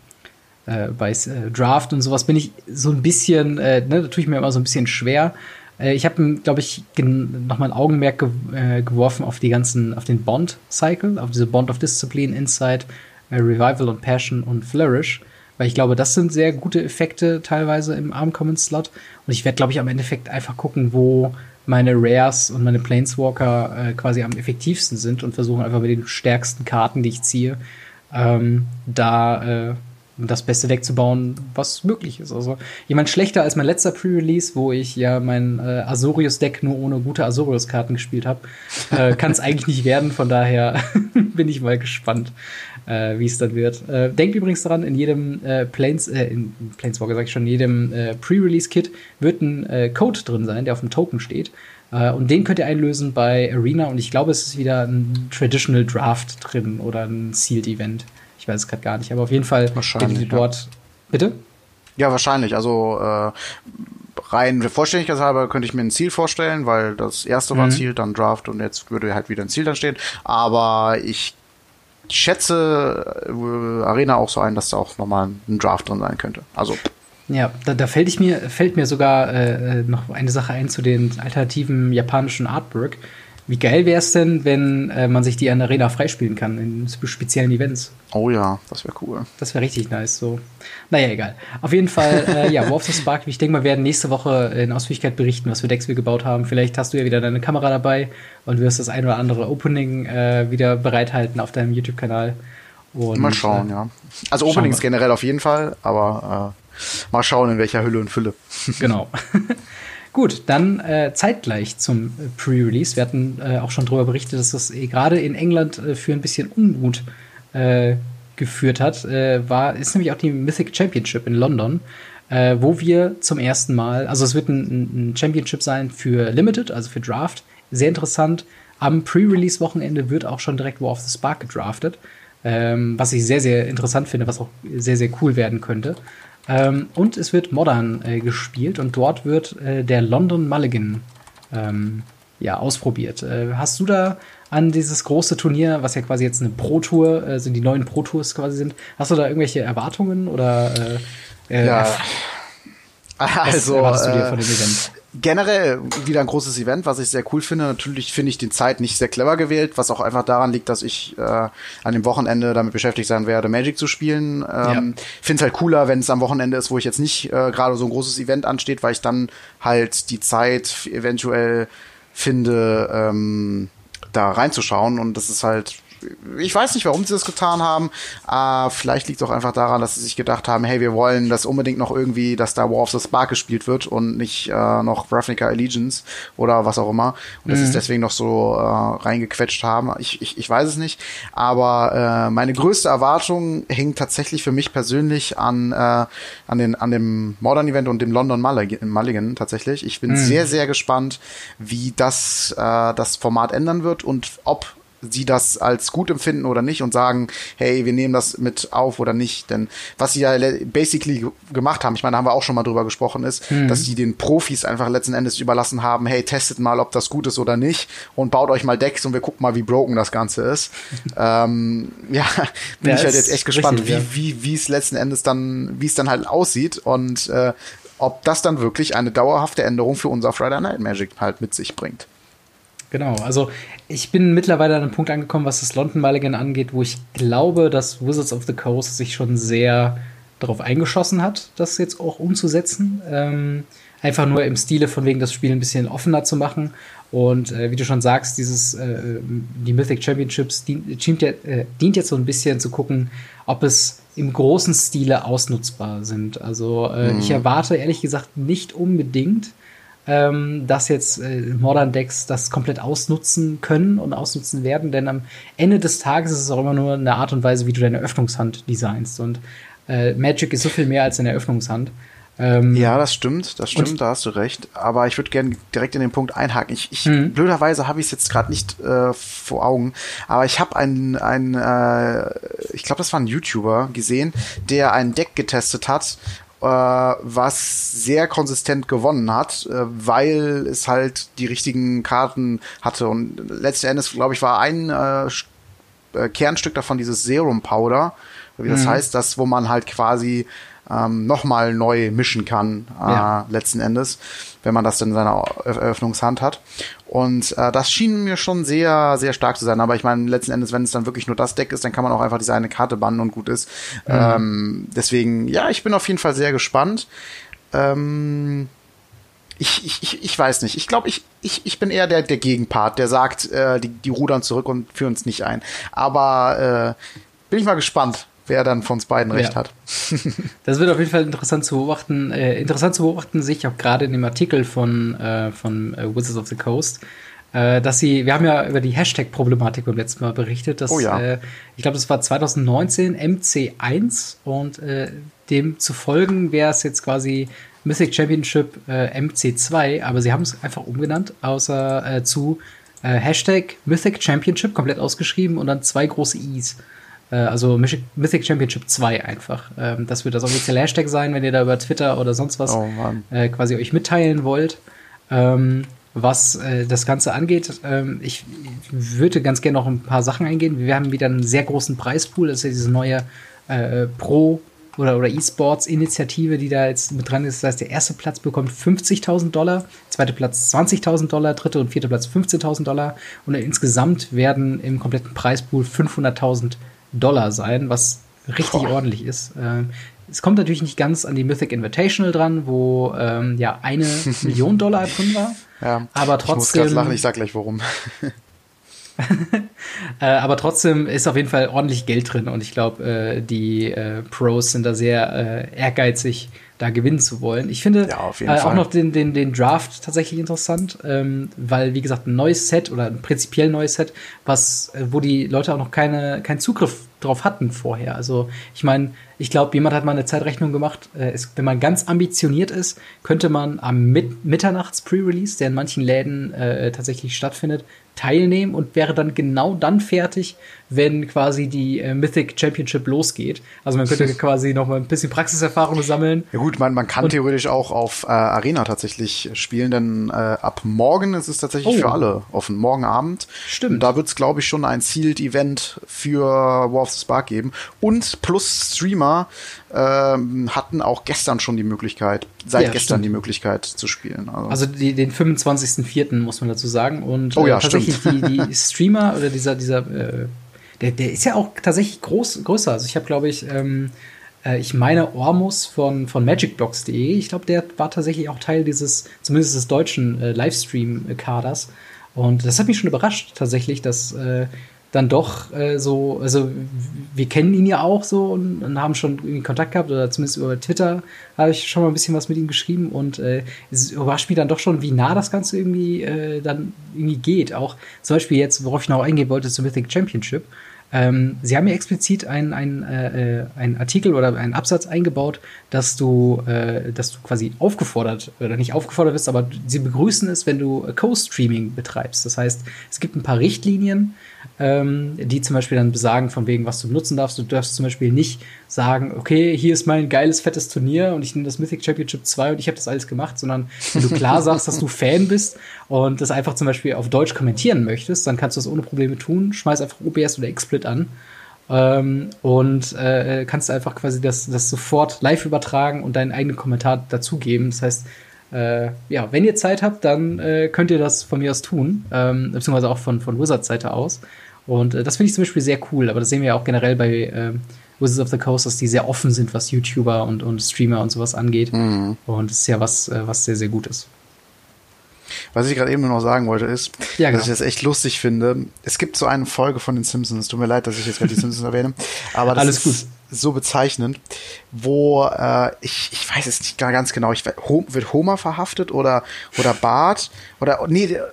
Draft und sowas, bin ich so ein bisschen, da tue ich mir immer so ein bisschen schwer, Ich habe, glaube ich, nochmal ein Augenmerk geworfen auf auf den Bond-Cycle, auf diese Bond of Discipline, Insight, Revival und Passion und Flourish. Weil ich glaube, das sind sehr gute Effekte teilweise im Arm Common Slot. Und ich werde, glaube ich, am Endeffekt einfach gucken, wo meine Rares und meine Planeswalker quasi am effektivsten sind und versuchen einfach mit den stärksten Karten, die ich ziehe, das beste Deck zu bauen, was möglich ist. Also jemand schlechter als mein letzter Pre-Release, wo ich ja mein Azorius-Deck nur ohne gute Azorius-Karten gespielt habe, kann es eigentlich nicht werden. Von daher bin ich mal gespannt, wie es dann wird. Denkt übrigens daran, in jedem Planeswalker, sag ich schon, in jedem Pre-Release-Kit wird ein Code drin sein, der auf dem Token steht. Und den könnt ihr einlösen bei Arena. Und ich glaube, es ist wieder ein Traditional Draft drin oder ein Sealed Event. Ich weiß es gerade gar nicht, aber auf jeden Fall wahrscheinlich ihr dort. Ja. Bitte? Ja, wahrscheinlich. Also rein vollständigkeitshalber könnte ich mir ein Ziel vorstellen, weil das erste war ein Ziel, dann Draft und jetzt würde halt wieder ein Ziel dann stehen. Aber ich schätze Arena auch so ein, dass da auch nochmal ein Draft drin sein könnte. Also ja, da fällt mir sogar noch eine Sache ein zu den alternativen japanischen Artwork. Wie geil wäre es denn, wenn man sich die an der Arena freispielen kann, in speziellen Events? Oh ja, das wäre cool. Das wäre richtig nice. So. Naja, egal. Auf jeden Fall, ja, War of the Spark. Ich denke mal, wir werden nächste Woche in Ausführlichkeit berichten, was für Decks wir gebaut haben. Vielleicht hast du ja wieder deine Kamera dabei und wirst das ein oder andere Opening wieder bereithalten auf deinem YouTube-Kanal. Mal schauen, ja. Also Openings generell auf jeden Fall, aber mal schauen, in welcher Hülle und Fülle. Genau. Gut, dann zeitgleich zum Pre-Release. Wir hatten auch schon darüber berichtet, dass das gerade in England für ein bisschen Unmut geführt hat. Ist nämlich auch die Mythic Championship in London, wo wir zum ersten Mal, also es wird ein Championship sein für Limited, also für Draft. Sehr interessant. Am Pre-Release-Wochenende wird auch schon direkt War of the Spark gedraftet, was ich sehr, sehr interessant finde, was auch sehr, sehr cool werden könnte. Und es wird Modern gespielt und dort wird der London Mulligan ausprobiert. Hast du da an dieses große Turnier, was ja quasi jetzt eine Pro-Tour, die neuen Pro-Tours quasi sind, hast du da irgendwelche Erwartungen oder ja. Was erwartest du dir von dem Event? Generell wieder ein großes Event, was ich sehr cool finde. Natürlich finde ich die Zeit nicht sehr clever gewählt, was auch einfach daran liegt, dass ich an dem Wochenende damit beschäftigt sein werde, Magic zu spielen. Finde es halt cooler, wenn es am Wochenende ist, wo ich jetzt nicht gerade so ein großes Event ansteht, weil ich dann halt die Zeit eventuell finde, da reinzuschauen. Und das ist halt, ich weiß nicht, warum sie das getan haben. Vielleicht liegt es auch einfach daran, dass sie sich gedacht haben, hey, wir wollen das unbedingt noch irgendwie, dass da War of the Spark gespielt wird und nicht noch Ravnica Allegiance oder was auch immer. Und das ist deswegen noch so reingequetscht haben. Ich weiß es nicht. Aber meine größte Erwartung hängt tatsächlich für mich persönlich an dem Modern Event und dem London Mulligan tatsächlich. Ich bin sehr, sehr gespannt, wie das Format ändern wird und ob sie das als gut empfinden oder nicht und sagen, hey, wir nehmen das mit auf oder nicht. Denn was sie ja basically gemacht haben, ich meine, da haben wir auch schon mal drüber gesprochen, ist, dass die den Profis einfach letzten Endes überlassen haben, hey, testet mal, ob das gut ist oder nicht und baut euch mal Decks und wir gucken mal, wie broken das Ganze ist. Ich halt jetzt echt gespannt, richtig, wie es letzten Endes dann, wie es dann halt aussieht und ob das dann wirklich eine dauerhafte Änderung für unser Friday Night Magic halt mit sich bringt. Genau, also ich bin mittlerweile an einem Punkt angekommen, was das London Mulligan angeht, wo ich glaube, dass Wizards of the Coast sich schon sehr darauf eingeschossen hat, das jetzt auch umzusetzen. Einfach nur im Stile von wegen das Spiel ein bisschen offener zu machen. Und wie du schon sagst, die Mythic Championships dient jetzt so ein bisschen zu gucken, ob es im großen Stile ausnutzbar sind. Also ich erwarte ehrlich gesagt nicht unbedingt, dass jetzt Modern Decks das komplett ausnutzen können und ausnutzen werden, denn am Ende des Tages ist es auch immer nur eine Art und Weise, wie du deine Öffnungshand designst und Magic ist so viel mehr als eine Eröffnungshand. Ja, das stimmt, da hast du recht, aber ich würde gerne direkt in den Punkt einhaken. Blöderweise habe ich es jetzt gerade nicht vor Augen, aber ich habe ich glaube, das war ein YouTuber gesehen, der ein Deck getestet hat, was sehr konsistent gewonnen hat, weil es halt die richtigen Karten hatte. Und letzten Endes, glaube ich, war ein Kernstück davon dieses Serum Powder, wie das heißt, das, wo man halt quasi nochmal neu mischen kann, letzten Endes, wenn man das dann in seiner Eröffnungshand hat. Und das schien mir schon sehr, sehr stark zu sein. Aber ich meine, letzten Endes, wenn es dann wirklich nur das Deck ist, dann kann man auch einfach diese eine Karte bannen und gut ist. Deswegen, ja, ich bin auf jeden Fall sehr gespannt. Ich weiß nicht. Ich glaube, ich bin eher der Gegenpart, der sagt, die rudern zurück und führen uns nicht ein. Aber bin ich mal gespannt, wer dann von uns beiden recht hat. Das wird auf jeden Fall interessant zu beobachten. Sehe ich auch gerade in dem Artikel von Wizards of the Coast, dass wir haben ja über die Hashtag-Problematik beim letzten Mal berichtet, dass ich glaube, das war 2019 MC1 und dem zu folgen wäre es jetzt quasi Mythic Championship MC2, aber sie haben es einfach umgenannt, zu Hashtag Mythic Championship, komplett ausgeschrieben und dann 2 große I's. Also Mythic Championship 2 einfach. Das wird das offizielle Hashtag sein, wenn ihr da über Twitter oder sonst was quasi euch mitteilen wollt. Was das Ganze angeht, ich würde ganz gerne noch ein paar Sachen eingehen. Wir haben wieder einen sehr großen Preispool. Das ist ja diese neue Pro- oder E-Sports-Initiative, die da jetzt mit dran ist. Das heißt, der erste Platz bekommt $50.000, zweiter Platz $20.000, dritte und vierter Platz $15.000 und insgesamt werden im kompletten Preispool $500.000 sein, was richtig ordentlich ist. Es kommt natürlich nicht ganz an die Mythic Invitational dran, wo $1 Million drin war. Ja, aber trotzdem. Ich muss gerade lachen, ich sag gleich warum. Aber trotzdem ist auf jeden Fall ordentlich Geld drin und ich glaube, die Pros sind da sehr ehrgeizig, da gewinnen zu wollen. Ich finde auch noch den Draft tatsächlich interessant, weil, wie gesagt, ein neues Set oder ein prinzipiell neues Set, wo die Leute auch noch keinen Zugriff drauf hatten vorher. Also ich meine, ich glaube, jemand hat mal eine Zeitrechnung gemacht. Wenn man ganz ambitioniert ist, könnte man am Mitternachts-Pre-Release, der in manchen Läden tatsächlich stattfindet, teilnehmen und wäre dann genau dann fertig, wenn quasi die Mythic Championship losgeht. Also man könnte quasi noch mal ein bisschen Praxiserfahrung sammeln. Ja gut, man kann theoretisch auch auf Arena tatsächlich spielen, denn ab morgen ist es tatsächlich für alle offen. Morgen Abend. Stimmt. Und da wird es, glaube ich, schon ein Sealed-Event für War of the Spark geben. Und plus Streamer hatten auch gestern schon die Möglichkeit, seit gestern die Möglichkeit zu spielen. Also den 25.04. muss man dazu sagen. Und tatsächlich die Streamer oder dieser der ist ja auch tatsächlich größer. Also ich habe, glaube ich, ich meine Ormus von magicblocks.de. Ich glaube, der war tatsächlich auch Teil zumindest des deutschen Livestream-Kaders. Und das hat mich schon überrascht, tatsächlich, dass dann doch also wir kennen ihn ja auch so und haben schon irgendwie Kontakt gehabt, oder zumindest über Twitter habe ich schon mal ein bisschen was mit ihm geschrieben und es überrascht mich dann doch schon, wie nah das Ganze irgendwie dann irgendwie geht. Auch zum Beispiel jetzt, worauf ich noch eingehen wollte, zur Mythic Championship. Sie haben ja explizit einen Artikel oder einen Absatz eingebaut, dass du quasi aufgefordert oder nicht aufgefordert wirst, aber sie begrüßen es, wenn du Co-Streaming betreibst. Das heißt, es gibt ein paar Richtlinien, die zum Beispiel dann besagen, von wegen, was du benutzen darfst. Du darfst zum Beispiel nicht sagen, okay, hier ist mein geiles, fettes Turnier und ich nehme das Mythic Championship 2 und ich habe das alles gemacht, sondern wenn du klar sagst, dass du Fan bist und das einfach zum Beispiel auf Deutsch kommentieren möchtest, dann kannst du das ohne Probleme tun. Schmeiß einfach OBS oder XSplit an und kannst einfach quasi das sofort live übertragen und deinen eigenen Kommentar dazugeben. Das heißt, wenn ihr Zeit habt, dann könnt ihr das von mir aus tun, beziehungsweise auch von Wizards Seite aus. Und das finde ich zum Beispiel sehr cool, aber das sehen wir ja auch generell bei Wizards of the Coast, dass die sehr offen sind, was YouTuber und Streamer und sowas angeht. Mhm. Und das ist ja was sehr, sehr gut ist. Was ich gerade eben nur noch sagen wollte, ist, dass ich das echt lustig finde. Es gibt so eine Folge von den Simpsons, tut mir leid, dass ich jetzt gerade die Simpsons erwähne, aber das Alles ist so bezeichnend, wo ich weiß es nicht ganz genau, wird Homer verhaftet oder Bart oder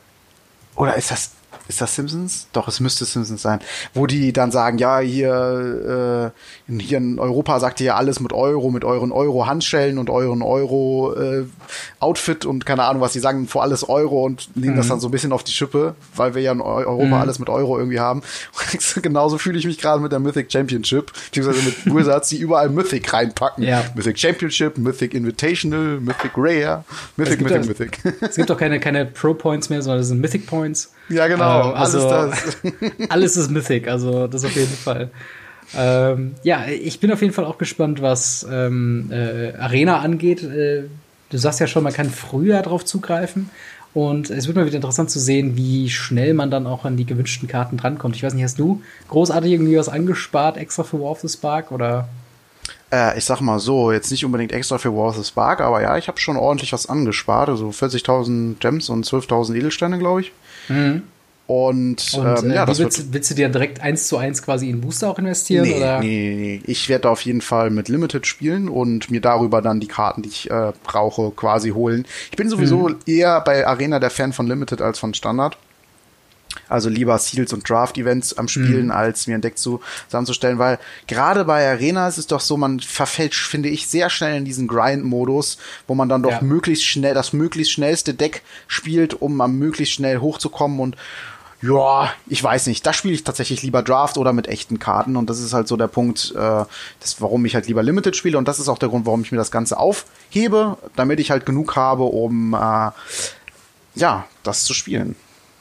ist das Simpsons? Doch, es müsste Simpsons sein. Wo die dann sagen, ja, hier in Europa sagt ihr ja alles mit euren Euro-Handschellen und euren Euro-Outfit und keine Ahnung, was die sagen, vor alles Euro und nehmen das dann so ein bisschen auf die Schippe, weil wir ja in Europa alles mit Euro irgendwie haben. Und genauso fühle ich mich gerade mit der Mythic Championship, beziehungsweise mit Wizards, die überall Mythic reinpacken. Ja. Mythic Championship, Mythic Invitational, Mythic Rare, Mythic. Es gibt auch keine Pro-Points mehr, sondern es sind Mythic Points. Ja, genau. Alles ist Mythic, also das auf jeden Fall. Ja, ich bin auf jeden Fall auch gespannt, was Arena angeht. Du sagst ja schon, man kann früher drauf zugreifen. Und es wird mal wieder interessant zu sehen, wie schnell man dann auch an die gewünschten Karten drankommt. Ich weiß nicht, hast du großartig irgendwie was angespart, extra für War of the Spark, oder? Ich sag mal so, jetzt nicht unbedingt extra für War of the Spark, aber ja, ich habe schon ordentlich was angespart. Also 40.000 Gems und 12.000 Edelsteine, glaube ich. Mhm. Und ja, das willst du dir direkt 1:1 quasi in Booster auch investieren? Oder? Nee. Ich werde auf jeden Fall mit Limited spielen und mir darüber dann die Karten, die ich brauche, quasi holen. Ich bin sowieso eher bei Arena der Fan von Limited als von Standard. Also lieber Seals und Draft-Events am Spielen, als mir ein Deck zusammenzustellen, weil gerade bei Arena ist es doch so, man verfällt, finde ich, sehr schnell in diesen Grind-Modus, wo man dann doch möglichst schnell das möglichst schnellste Deck spielt, um am möglichst schnell hochzukommen. Und ja, ich weiß nicht, da spiele ich tatsächlich lieber Draft oder mit echten Karten, und das ist halt so der Punkt, warum ich halt lieber Limited spiele, und das ist auch der Grund, warum ich mir das Ganze aufhebe, damit ich halt genug habe, um das zu spielen.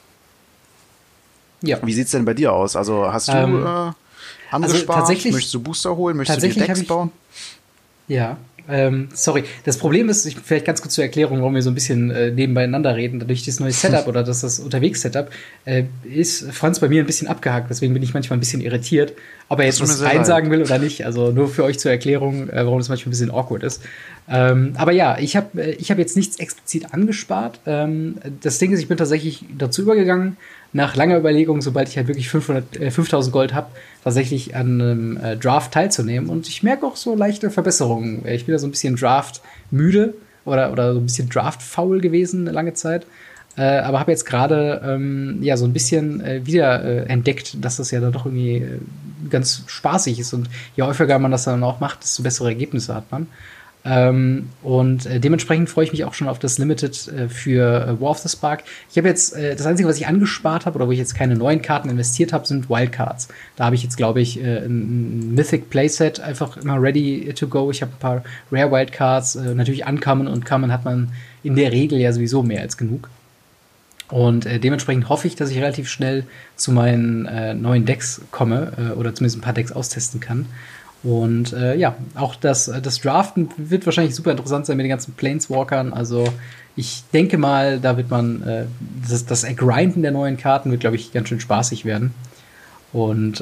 Ja. Wie sieht's denn bei dir aus? Also hast du angespart? Also möchtest du Booster holen? Möchtest du die Decks bauen? Ja. Sorry, das Problem ist, vielleicht ganz kurz zur Erklärung, warum wir so ein bisschen nebeneinander reden. Dadurch das neue Setup oder das Unterwegs-Setup ist Franz bei mir ein bisschen abgehakt. Deswegen bin ich manchmal ein bisschen irritiert, ob er jetzt was reinsagen will oder nicht. Also nur für euch zur Erklärung, warum das manchmal ein bisschen awkward ist. Aber ja, ich hab jetzt nichts explizit angespart. Das Ding ist, ich bin tatsächlich dazu übergegangen, nach langer Überlegung, sobald ich halt wirklich 5.000 Gold habe, tatsächlich an einem Draft teilzunehmen. Und ich merke auch so leichte Verbesserungen. Ich bin da so ein bisschen Draft-müde oder so ein bisschen Draft-faul gewesen eine lange Zeit. Aber habe jetzt gerade so ein bisschen wieder entdeckt, dass das ja dann doch irgendwie ganz spaßig ist. Und je häufiger man das dann auch macht, desto bessere Ergebnisse hat man. Und dementsprechend freue ich mich auch schon auf das Limited für War of the Spark. Ich habe jetzt das Einzige, was ich angespart habe oder wo ich jetzt keine neuen Karten investiert habe, sind Wildcards. Da habe ich jetzt, glaube ich, ein Mythic Playset einfach immer ready to go. Ich habe ein paar Rare Wildcards, natürlich Uncommon, und Common hat man in der Regel ja sowieso mehr als genug. Und dementsprechend hoffe ich, dass ich relativ schnell zu meinen neuen Decks komme oder zumindest ein paar Decks austesten kann. Und auch das Draften wird wahrscheinlich super interessant sein mit den ganzen Planeswalkern. Also ich denke mal, da wird man das Grinden der neuen Karten wird, glaube ich, ganz schön spaßig werden. Und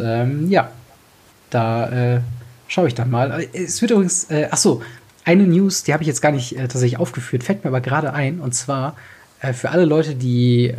da schaue ich dann mal. Es wird übrigens, eine News, die habe ich jetzt gar nicht tatsächlich aufgeführt, fällt mir aber gerade ein. Und zwar für alle Leute, die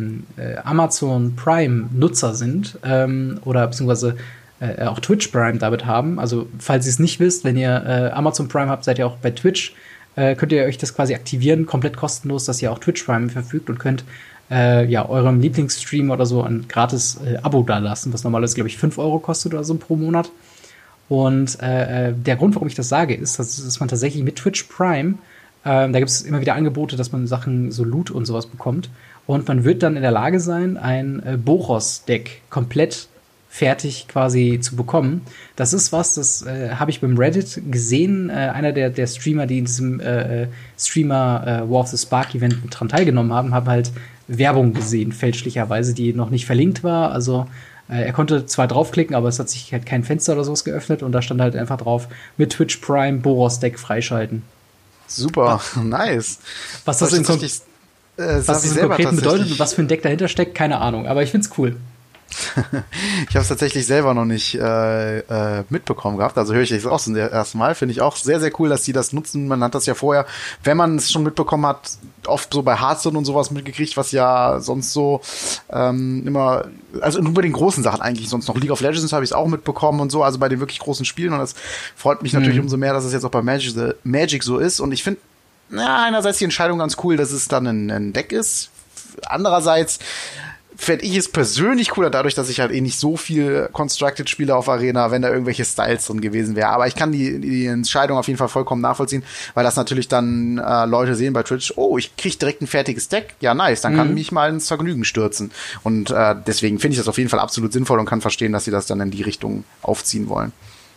Amazon Prime-Nutzer sind oder beziehungsweise auch Twitch Prime damit haben. Also, falls ihr es nicht wisst, wenn ihr Amazon Prime habt, seid ihr auch bei Twitch. Könnt ihr euch das quasi aktivieren, komplett kostenlos, dass ihr auch Twitch Prime verfügt und könnt eurem Lieblingsstream oder so ein gratis Abo dalassen, was normalerweise, glaube ich, 5 € kostet oder so pro Monat. Und der Grund, warum ich das sage, ist, dass man tatsächlich mit Twitch Prime, da gibt es immer wieder Angebote, dass man Sachen, so Loot und sowas bekommt. Und man wird dann in der Lage sein, ein Boros-Deck komplett fertig quasi zu bekommen. Das ist das habe ich beim Reddit gesehen. Einer der Streamer, die in diesem Streamer War of the Spark Event dran teilgenommen haben halt Werbung gesehen, fälschlicherweise, die noch nicht verlinkt war. Also er konnte zwar draufklicken, aber es hat sich halt kein Fenster oder sowas geöffnet, und da stand halt einfach drauf, mit Twitch Prime Boros Deck freischalten. Super, nice. Was das in Konkreten bedeutet und was für ein Deck dahinter steckt, keine Ahnung, aber ich find's cool. Ich habe es tatsächlich selber noch nicht mitbekommen gehabt, also höre ich jetzt auch zum ersten Mal. Finde ich auch sehr, sehr cool, dass die das nutzen. Man hat das ja vorher, wenn man es schon mitbekommen hat, oft so bei Hearthstone und sowas mitgekriegt, was ja sonst so immer, also nur bei den großen Sachen eigentlich, sonst noch League of Legends habe ich es auch mitbekommen und so, also bei den wirklich großen Spielen, und das freut mich natürlich umso mehr, dass es jetzt auch bei Magic so ist. Und ich finde einerseits die Entscheidung ganz cool, dass es dann ein Deck ist. Andererseits fände ich es persönlich cooler, dadurch, dass ich halt nicht so viel Constructed spiele auf Arena, wenn da irgendwelche Styles drin gewesen wäre. Aber ich kann die Entscheidung auf jeden Fall vollkommen nachvollziehen, weil das natürlich dann Leute sehen bei Twitch, oh, ich krieg direkt ein fertiges Deck, ja nice, dann kann mich mal ins Vergnügen stürzen. Und deswegen finde ich das auf jeden Fall absolut sinnvoll und kann verstehen, dass sie das dann in die Richtung aufziehen wollen.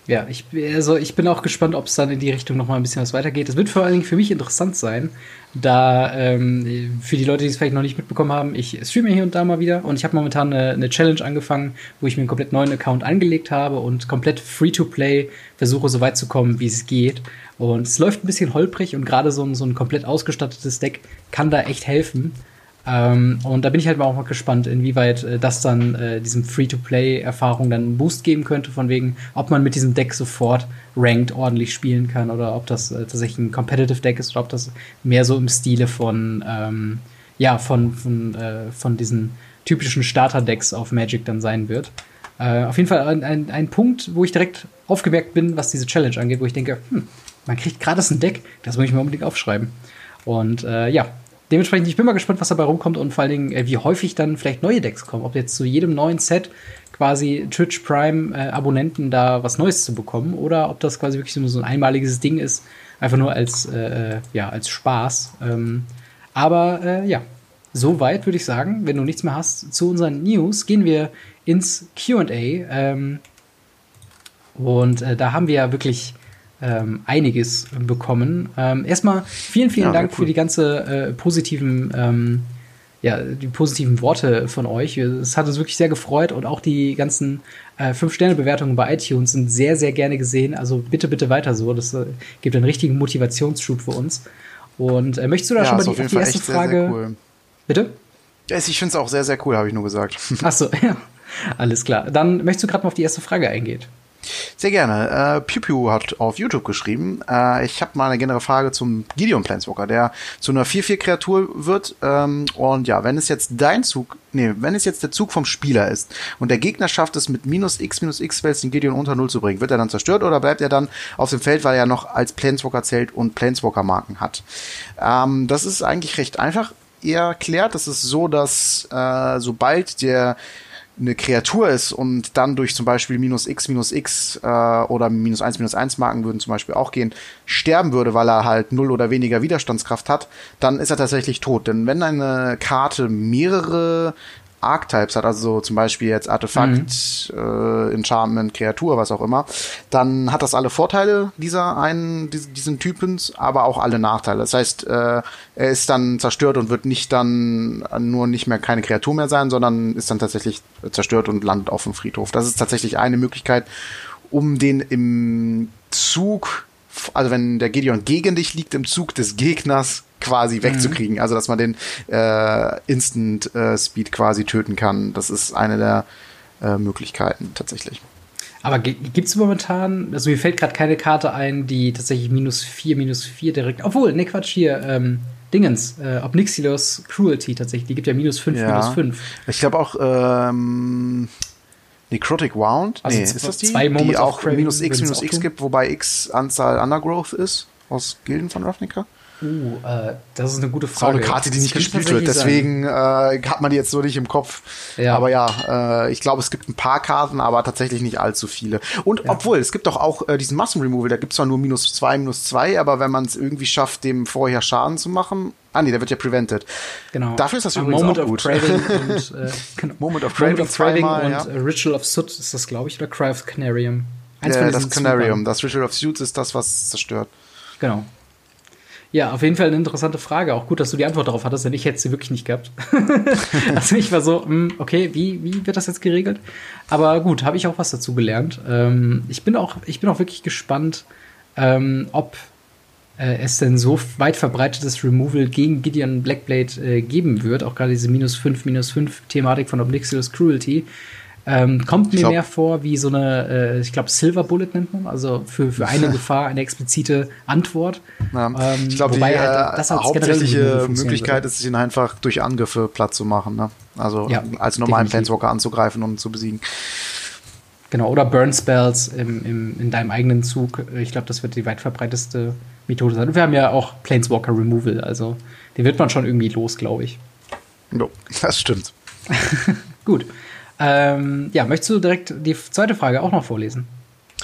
Ja, ich bin auch gespannt, ob es dann in die Richtung noch mal ein bisschen was weitergeht. Es wird vor allen Dingen für mich interessant sein, da für die Leute, die es vielleicht noch nicht mitbekommen haben, ich streame hier und da mal wieder und ich habe momentan eine Challenge angefangen, wo ich mir einen komplett neuen Account angelegt habe und komplett Free-to-Play versuche, so weit zu kommen, wie es geht. Und es läuft ein bisschen holprig und gerade so ein komplett ausgestattetes Deck kann da echt helfen. Und da bin ich halt auch mal gespannt, inwieweit das dann diesem Free-to-Play-Erfahrung dann einen Boost geben könnte, von wegen, ob man mit diesem Deck sofort ranked ordentlich spielen kann oder ob das tatsächlich ein Competitive Deck ist oder ob das mehr so im Stile von diesen typischen Starter-Decks auf Magic dann sein wird. Auf jeden Fall ein Punkt, wo ich direkt aufgemerkt bin, was diese Challenge angeht, wo ich denke, man kriegt gratis ein Deck, das muss ich mir unbedingt aufschreiben. Und dementsprechend, ich bin mal gespannt, was dabei rumkommt und vor allen Dingen, wie häufig dann vielleicht neue Decks kommen. Ob jetzt zu jedem neuen Set quasi Twitch Prime Abonnenten da was Neues zu bekommen oder ob das quasi wirklich nur so ein einmaliges Ding ist, einfach nur als Spaß. Soweit würde ich sagen, wenn du nichts mehr hast zu unseren News, gehen wir ins Q&A. Da haben wir ja wirklich einiges bekommen. Erstmal vielen Dank für die ganze positiven Worte von euch. Es hat uns wirklich sehr gefreut und auch die ganzen 5-Sterne-Bewertungen bei iTunes sind sehr, sehr gerne gesehen. Also bitte weiter so. Das gibt einen richtigen Motivationsschub für uns. Und möchtest du da schon mal auf die erste Frage? Sehr, sehr cool. Bitte? Ja, ich finde es auch sehr, sehr cool, habe ich nur gesagt. Ach so, ja. Alles klar. Dann möchtest du gerade mal auf die erste Frage eingehen. Sehr gerne. Piu hat auf YouTube geschrieben, ich habe mal eine generelle Frage zum Gideon Planeswalker, der zu einer 4/4-Kreatur wird. Und ja, wenn es jetzt der Zug vom Spieler ist und der Gegner schafft es mit -X Spells den Gideon unter 0 zu bringen, wird er dann zerstört oder bleibt er dann auf dem Feld, weil er noch als Planeswalker zählt und Planeswalker-Marken hat? Das ist eigentlich recht einfach erklärt. Das ist so, dass sobald eine Kreatur ist und dann durch zum Beispiel -X oder -1 Marken würden zum Beispiel auch gehen, sterben würde, weil er halt 0 oder weniger Widerstandskraft hat, dann ist er tatsächlich tot. Denn wenn eine Karte mehrere Archetypes hat, also zum Beispiel jetzt Artefakt, Enchantment, Kreatur, was auch immer, dann hat das alle Vorteile diesen Typens, aber auch alle Nachteile. Das heißt, er ist dann zerstört und wird nicht dann nur nicht mehr keine Kreatur mehr sein, sondern ist dann tatsächlich zerstört und landet auf dem Friedhof. Das ist tatsächlich eine Möglichkeit, um den im Zug, also wenn der Gideon gegen dich liegt, im Zug des Gegners quasi wegzukriegen. Also, dass man den Instant Speed quasi töten kann. Das ist eine der Möglichkeiten tatsächlich. Aber gibt's momentan, also mir fällt gerade keine Karte ein, die tatsächlich -4 direkt, obwohl, ne Quatsch, hier, Obnixilos Cruelty tatsächlich, die gibt ja -5, -5. Ich glaube auch, Necrotic Wound, also ist das die auch -X gibt, wobei X Anzahl Undergrowth ist, aus Gilden von Ravnica? Das ist eine gute Frage. Das ist auch eine Karte, die nicht gespielt wird, deswegen hat man die jetzt so nicht im Kopf. Ja. Aber ja, ich glaube, es gibt ein paar Karten, aber tatsächlich nicht allzu viele. Und obwohl, es gibt doch auch diesen Massen-Removal, da gibt es zwar nur -2, aber wenn man es irgendwie schafft, dem vorher Schaden zu machen, der wird ja prevented. Genau. Dafür ist das übrigens Moment auch gut. Moment of Craving und Ritual of Soot ist das, glaube ich, oder Cry of Canarium. Das Canarium, das Ritual of Soot ist das, was zerstört. Genau. Ja, auf jeden Fall eine interessante Frage. Auch gut, dass du die Antwort darauf hattest, denn ich hätte sie wirklich nicht gehabt. Also ich war so, okay, wie wird das jetzt geregelt? Aber gut, habe ich auch was dazu gelernt. Ich bin auch wirklich gespannt, ob es denn so weit verbreitetes Removal gegen Gideon Blackblade geben wird. Auch gerade diese -5 Thematik von Obnixilos Cruelty. Kommt mir mehr vor wie so eine, ich glaube, Silver Bullet nennt man, also für eine Gefahr eine explizite Antwort. Ja, ich glaube, die hauptsächliche Möglichkeit ist, ihn einfach durch Angriffe platt zu machen. Ne? Also als normalen Planeswalker anzugreifen und zu besiegen. Genau, oder Burn Spells in deinem eigenen Zug. Ich glaube, das wird die weit verbreiteste Methode sein. Und wir haben ja auch Planeswalker Removal, also den wird man schon irgendwie los, glaube ich. Jo, das stimmt. Gut. Möchtest du direkt die zweite Frage auch noch vorlesen?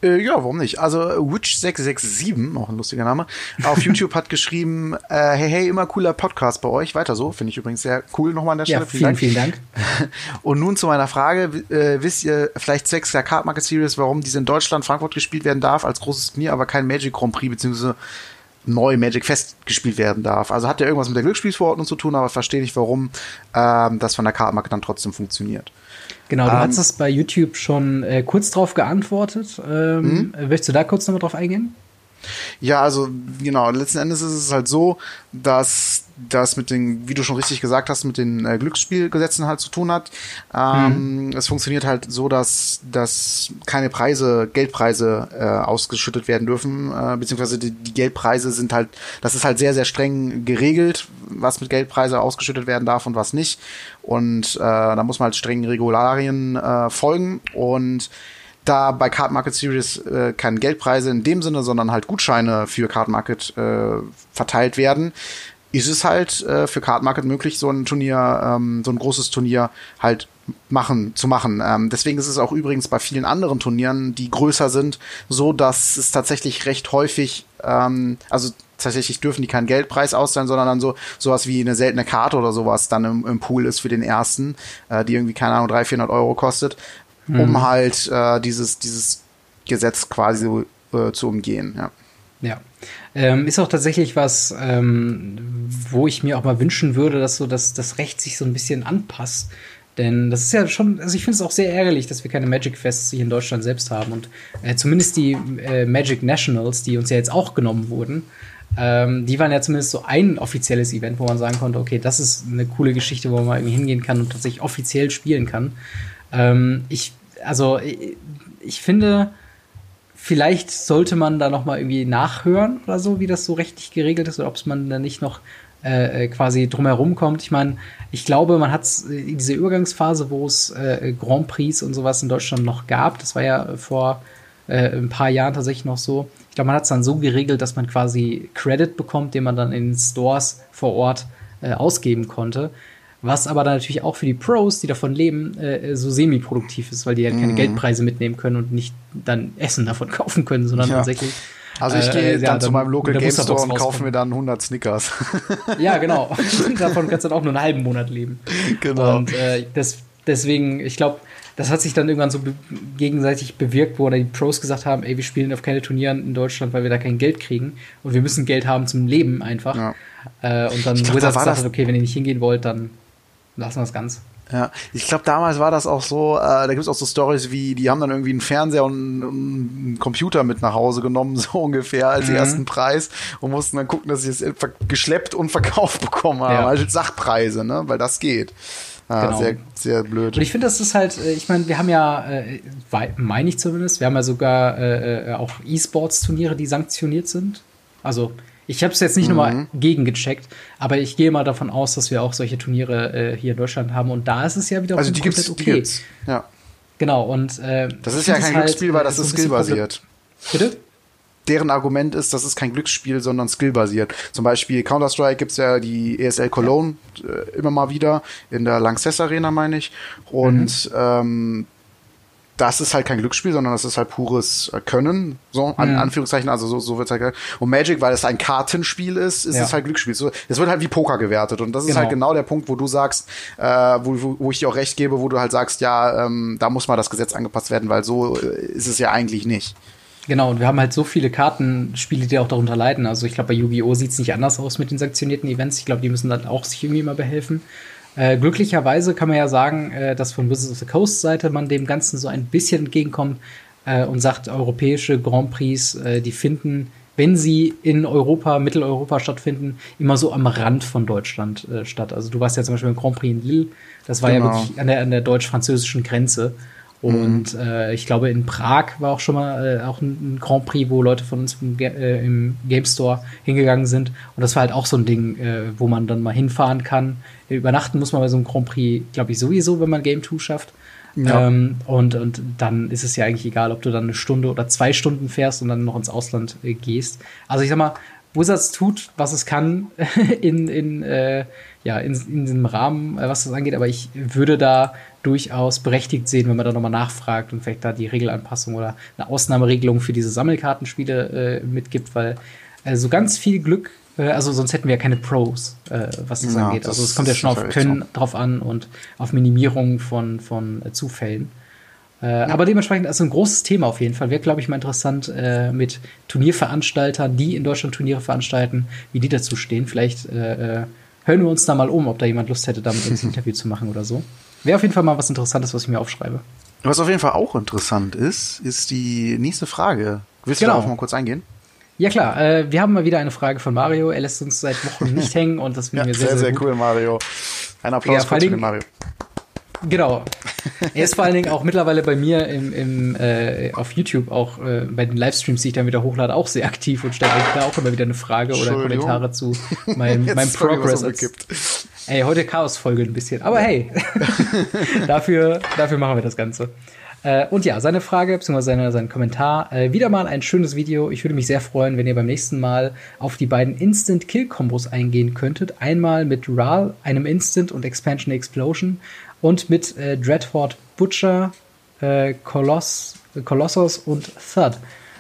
Ja, warum nicht? Also Witch667, auch ein lustiger Name, auf YouTube hat geschrieben, hey, immer cooler Podcast bei euch. Weiter so, finde ich übrigens sehr cool nochmal an der Stelle. Ja, vielen Dank. Und nun zu meiner Frage, wisst ihr vielleicht zwecks der Card Market Series, warum diese in Deutschland, Frankfurt gespielt werden darf, als großes Turnier, aber kein Magic Grand Prix, beziehungsweise neu Magic Fest gespielt werden darf? Also hat ja irgendwas mit der Glücksspielverordnung zu tun, aber verstehe nicht, warum das von der Card Market dann trotzdem funktioniert. Genau, du hast es bei YouTube schon kurz drauf geantwortet. Möchtest du da kurz nochmal drauf eingehen? Ja, also genau, letzten Endes ist es halt so, dass das mit den, wie du schon richtig gesagt hast, mit den Glücksspielgesetzen halt zu tun hat. Es funktioniert halt so, dass keine Geldpreise ausgeschüttet werden dürfen, beziehungsweise die Geldpreise sind halt, das ist halt sehr, sehr streng geregelt, was mit Geldpreise ausgeschüttet werden darf und was nicht. Und da muss man halt strengen Regularien folgen. Und da bei Card Market Series keine Geldpreise in dem Sinne, sondern halt Gutscheine für Card Market verteilt werden, ist es halt für Card Market möglich, so ein Turnier, so ein großes Turnier halt zu machen. Deswegen ist es auch übrigens bei vielen anderen Turnieren, die größer sind, so, dass es tatsächlich recht häufig, also tatsächlich dürfen die keinen Geldpreis auszahlen, sondern dann sowas wie eine seltene Karte oder sowas dann im Pool ist für den ersten, die irgendwie, keine Ahnung, 300-400 Euro kostet, um halt dieses Gesetz quasi zu umgehen, ja. Ja. Ist auch tatsächlich was, wo ich mir auch mal wünschen würde, dass so das Recht sich so ein bisschen anpasst. Denn das ist ja schon, also ich finde es auch sehr ärgerlich, dass wir keine Magic Fests hier in Deutschland selbst haben. Und zumindest die Magic Nationals, die uns ja jetzt auch genommen wurden, die waren ja zumindest so ein offizielles Event, wo man sagen konnte, okay, das ist eine coole Geschichte, wo man mal irgendwie hingehen kann und tatsächlich offiziell spielen kann. Ich finde, vielleicht sollte man da noch mal irgendwie nachhören oder so, wie das so rechtlich geregelt ist, oder ob man da nicht noch quasi drumherum kommt. Ich meine, ich glaube, man hat in dieser Übergangsphase, wo es Grand Prix und sowas in Deutschland noch gab, das war ja vor ein paar Jahren tatsächlich noch so. Ich glaube, man hat es dann so geregelt, dass man quasi Credit bekommt, den man dann in den Stores vor Ort ausgeben konnte. Was aber dann natürlich auch für die Pros, die davon leben, so semi-produktiv ist, weil die halt keine Geldpreise mitnehmen können und nicht dann Essen davon kaufen können, sondern tatsächlich. Also ich gehe dann zu meinem Local Game Store und kaufe mir dann 100 Snickers. Ja, genau. Davon kannst du dann auch nur einen halben Monat leben. Genau. Und deswegen, ich glaube, das hat sich dann irgendwann so gegenseitig bewirkt, wo dann die Pros gesagt haben, ey, wir spielen auf keine Turnieren in Deutschland, weil wir da kein Geld kriegen. Und wir müssen Geld haben zum Leben einfach. Ja. Und dann Wizards gesagt hat, okay, wenn ihr nicht hingehen wollt, dann lassen wir das ganz. Ja, ich glaube, damals war das auch so, da gibt es auch so Stories wie, die haben dann irgendwie einen Fernseher und einen Computer mit nach Hause genommen, so ungefähr als ersten Preis und mussten dann gucken, dass sie es geschleppt und verkauft bekommen haben, also Sachpreise, ne, weil das geht. Genau. Sehr, sehr blöd. Und ich finde, das ist halt, ich meine, wir haben ja, meine ich zumindest, wir haben ja sogar auch E-Sports-Turniere, die sanktioniert sind. Also ich habe es jetzt nicht nochmal gegengecheckt, aber ich gehe mal davon aus, dass wir auch solche Turniere hier in Deutschland haben. Und da ist es ja wieder also die gibt's, okay. Die gibt's, ja. Genau, und das ist ja kein Glücksspiel, weil das ist skillbasiert. Bitte? Deren Argument ist, das ist kein Glücksspiel, sondern skillbasiert. Zum Beispiel Counter-Strike gibt's ja die ESL Cologne immer mal wieder in der Lanxess Arena, meine ich. Und das ist halt kein Glücksspiel, sondern das ist halt pures Können, so, Anführungszeichen, also so wird's halt gesagt. Und Magic, weil es ein Kartenspiel ist es halt Glücksspiel. So, es wird halt wie Poker gewertet. Und das ist halt genau der Punkt, wo du sagst, wo ich dir auch recht gebe, wo du halt sagst, ja, da muss mal das Gesetz angepasst werden, weil so ist es ja eigentlich nicht. Genau, und wir haben halt so viele Kartenspiele, die auch darunter leiden. Also ich glaube, bei Yu-Gi-Oh! Sieht's nicht anders aus mit den sanktionierten Events. Ich glaube, die müssen dann auch sich irgendwie mal behelfen. Glücklicherweise kann man ja sagen, dass von Wizards of the Coast Seite man dem Ganzen so ein bisschen entgegenkommt und sagt, europäische Grand Prix, die finden, wenn sie in Europa, Mitteleuropa stattfinden, immer so am Rand von Deutschland statt. Also du warst ja zum Beispiel im Grand Prix in Lille, das war ja wirklich an der deutsch-französischen Grenze. Und ich glaube, in Prag war auch schon mal auch ein Grand Prix, wo Leute von uns im Game Store hingegangen sind. Und das war halt auch so ein Ding, wo man dann mal hinfahren kann. Übernachten muss man bei so einem Grand Prix, glaube ich, sowieso, wenn man Game 2 schafft. Ja. Und dann ist es ja eigentlich egal, ob du dann 1 Stunde oder 2 Stunden fährst und dann noch ins Ausland gehst. Also ich sag mal, Wizards tut, was es kann in diesem Rahmen, was das angeht. Aber ich würde da durchaus berechtigt sehen, wenn man da nochmal nachfragt und vielleicht da die Regelanpassung oder eine Ausnahmeregelung für diese Sammelkartenspiele mitgibt, weil so ganz viel Glück, also sonst hätten wir ja keine Pros, was das angeht. Also es kommt ja schon auf Können drauf an und auf Minimierung von Zufällen. Aber dementsprechend ist ein großes Thema auf jeden Fall. Wäre, glaube ich, mal interessant mit Turnierveranstaltern, die in Deutschland Turniere veranstalten, wie die dazu stehen. Vielleicht hören wir uns da mal um, ob da jemand Lust hätte, da mit uns ein Interview zu machen oder so. Wäre auf jeden Fall mal was Interessantes, was ich mir aufschreibe. Was auf jeden Fall auch interessant ist die nächste Frage. Willst du darauf mal kurz eingehen? Ja klar, wir haben mal wieder eine Frage von Mario. Er lässt uns seit Wochen nicht hängen und das finden wir sehr, sehr gut. Sehr cool, Mario. Ein Applaus für den Mario. Genau. Er ist vor allen Dingen auch mittlerweile bei mir auf YouTube, auch bei den Livestreams, die ich dann wieder hochlade, auch sehr aktiv und stellt da auch immer wieder eine Frage oder Kommentare zu meinem Progress. Ey, heute Chaos-Folge ein bisschen. Aber hey, dafür machen wir das Ganze. Und ja, seine Frage, beziehungsweise sein Kommentar, wieder mal ein schönes Video. Ich würde mich sehr freuen, wenn ihr beim nächsten Mal auf die beiden Instant-Kill-Kombos eingehen könntet. Einmal mit Ral, einem Instant und Expansion Explosion und mit Dreadhorde Butcher, Colossus und Thud.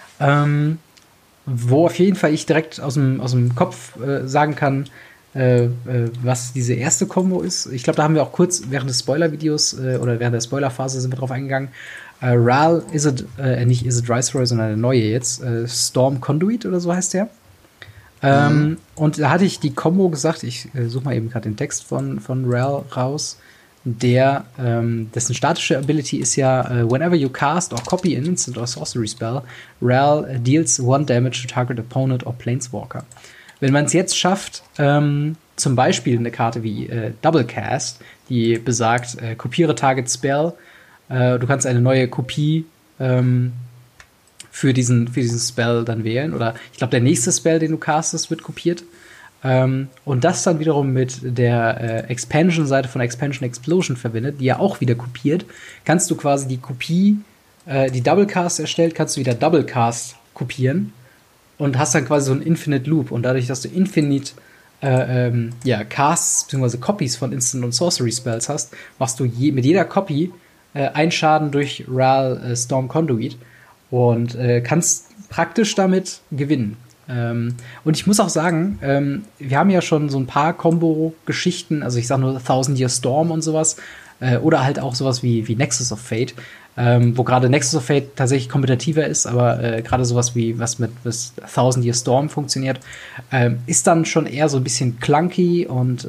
Wo auf jeden Fall ich direkt aus dem Kopf sagen kann, was diese erste Kombo ist. Ich glaube, da haben wir auch kurz während des Spoiler-Videos oder während der Spoiler-Phase sind wir drauf eingegangen. Ral, nicht Izzet Viceroy, sondern der neue jetzt. Storm Conduit oder so heißt der. Und da hatte ich die Kombo gesagt, ich suche mal eben gerade den Text von Ral raus. Dessen statische Ability ist ja whenever you cast or copy an instant or sorcery spell, Ral deals 1 damage to target opponent or planeswalker. Wenn man es jetzt schafft, zum Beispiel eine Karte wie Double Cast, die besagt, kopiere Target Spell, du kannst eine neue Kopie für diesen Spell dann wählen, oder ich glaube, der nächste Spell, den du castest, wird kopiert. Und das dann wiederum mit der Expansion-Seite von Expansion Explosion verwendet, die ja auch wieder kopiert, kannst du quasi die Kopie, die Double Cast erstellt, kannst du wieder Double Cast kopieren und hast dann quasi so einen Infinite Loop. Und dadurch, dass du Infinite Casts bzw. Copies von Instant und Sorcery Spells hast, machst du mit jeder Copy einen Schaden durch Ral Storm Conduit und kannst praktisch damit gewinnen. Und ich muss auch sagen, wir haben ja schon so ein paar Combo-Geschichten, also ich sag nur 1000 Year Storm und sowas, oder halt auch sowas wie Nexus of Fate, wo gerade Nexus of Fate tatsächlich kompetitiver ist, aber gerade sowas wie was mit 1000 Year Storm funktioniert, ist dann schon eher so ein bisschen clunky und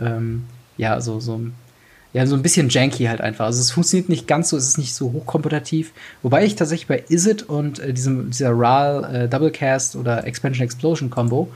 so ein bisschen janky halt einfach. Also es funktioniert nicht ganz so, es ist nicht so hochkompetitiv. Wobei ich tatsächlich bei Izzet und dieser Ral Double Cast oder Expansion Explosion Combo,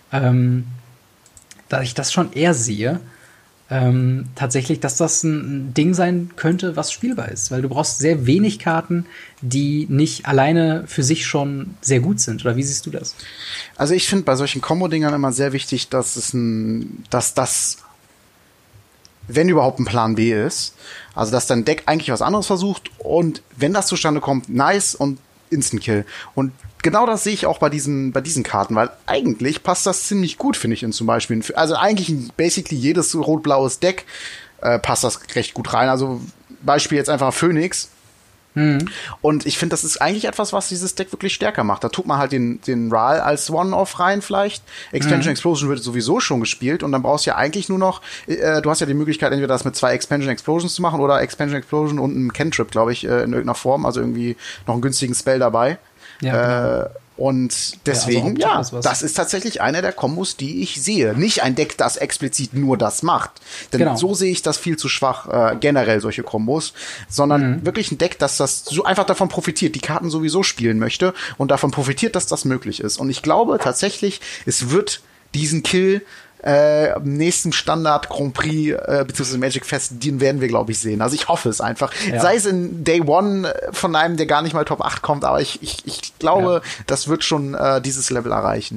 da ich das schon eher sehe, tatsächlich, dass das ein Ding sein könnte, was spielbar ist. Weil du brauchst sehr wenig Karten, die nicht alleine für sich schon sehr gut sind. Oder wie siehst du das? Also ich finde bei solchen Combo-Dingern immer sehr wichtig, dass das wenn überhaupt ein Plan B ist, also dass dein Deck eigentlich was anderes versucht und wenn das zustande kommt, nice und Instant Kill. Und genau das sehe ich auch bei diesen Karten, weil eigentlich passt das ziemlich gut, finde ich, in zum Beispiel, also eigentlich in basically jedes rot-blaues Deck passt das recht gut rein. Also Beispiel jetzt einfach Phoenix. Und ich finde, das ist eigentlich etwas, was dieses Deck wirklich stärker macht. Da tut man halt den Ral als One-Off rein vielleicht. Expansion Explosion wird sowieso schon gespielt und dann brauchst du ja eigentlich nur noch, du hast ja die Möglichkeit, entweder das mit 2 Expansion Explosions zu machen oder Expansion Explosion und einem Cantrip, glaube ich, in irgendeiner Form, also irgendwie noch einen günstigen Spell dabei. Ja, und deswegen, das ist tatsächlich einer der Kombos, die ich sehe. Nicht ein Deck, das explizit nur das macht. Denn so sehe ich das viel zu schwach, generell solche Kombos. Sondern wirklich ein Deck, das so einfach davon profitiert, die Karten sowieso spielen möchte und davon profitiert, dass das möglich ist. Und ich glaube tatsächlich, es wird diesen Kill nächsten Standard Grand Prix beziehungsweise Magic Fest, den werden wir, glaube ich, sehen. Also ich hoffe es einfach. Ja. Sei es in Day One von einem, der gar nicht mal Top 8 kommt, aber ich glaube, das wird schon dieses Level erreichen, ja.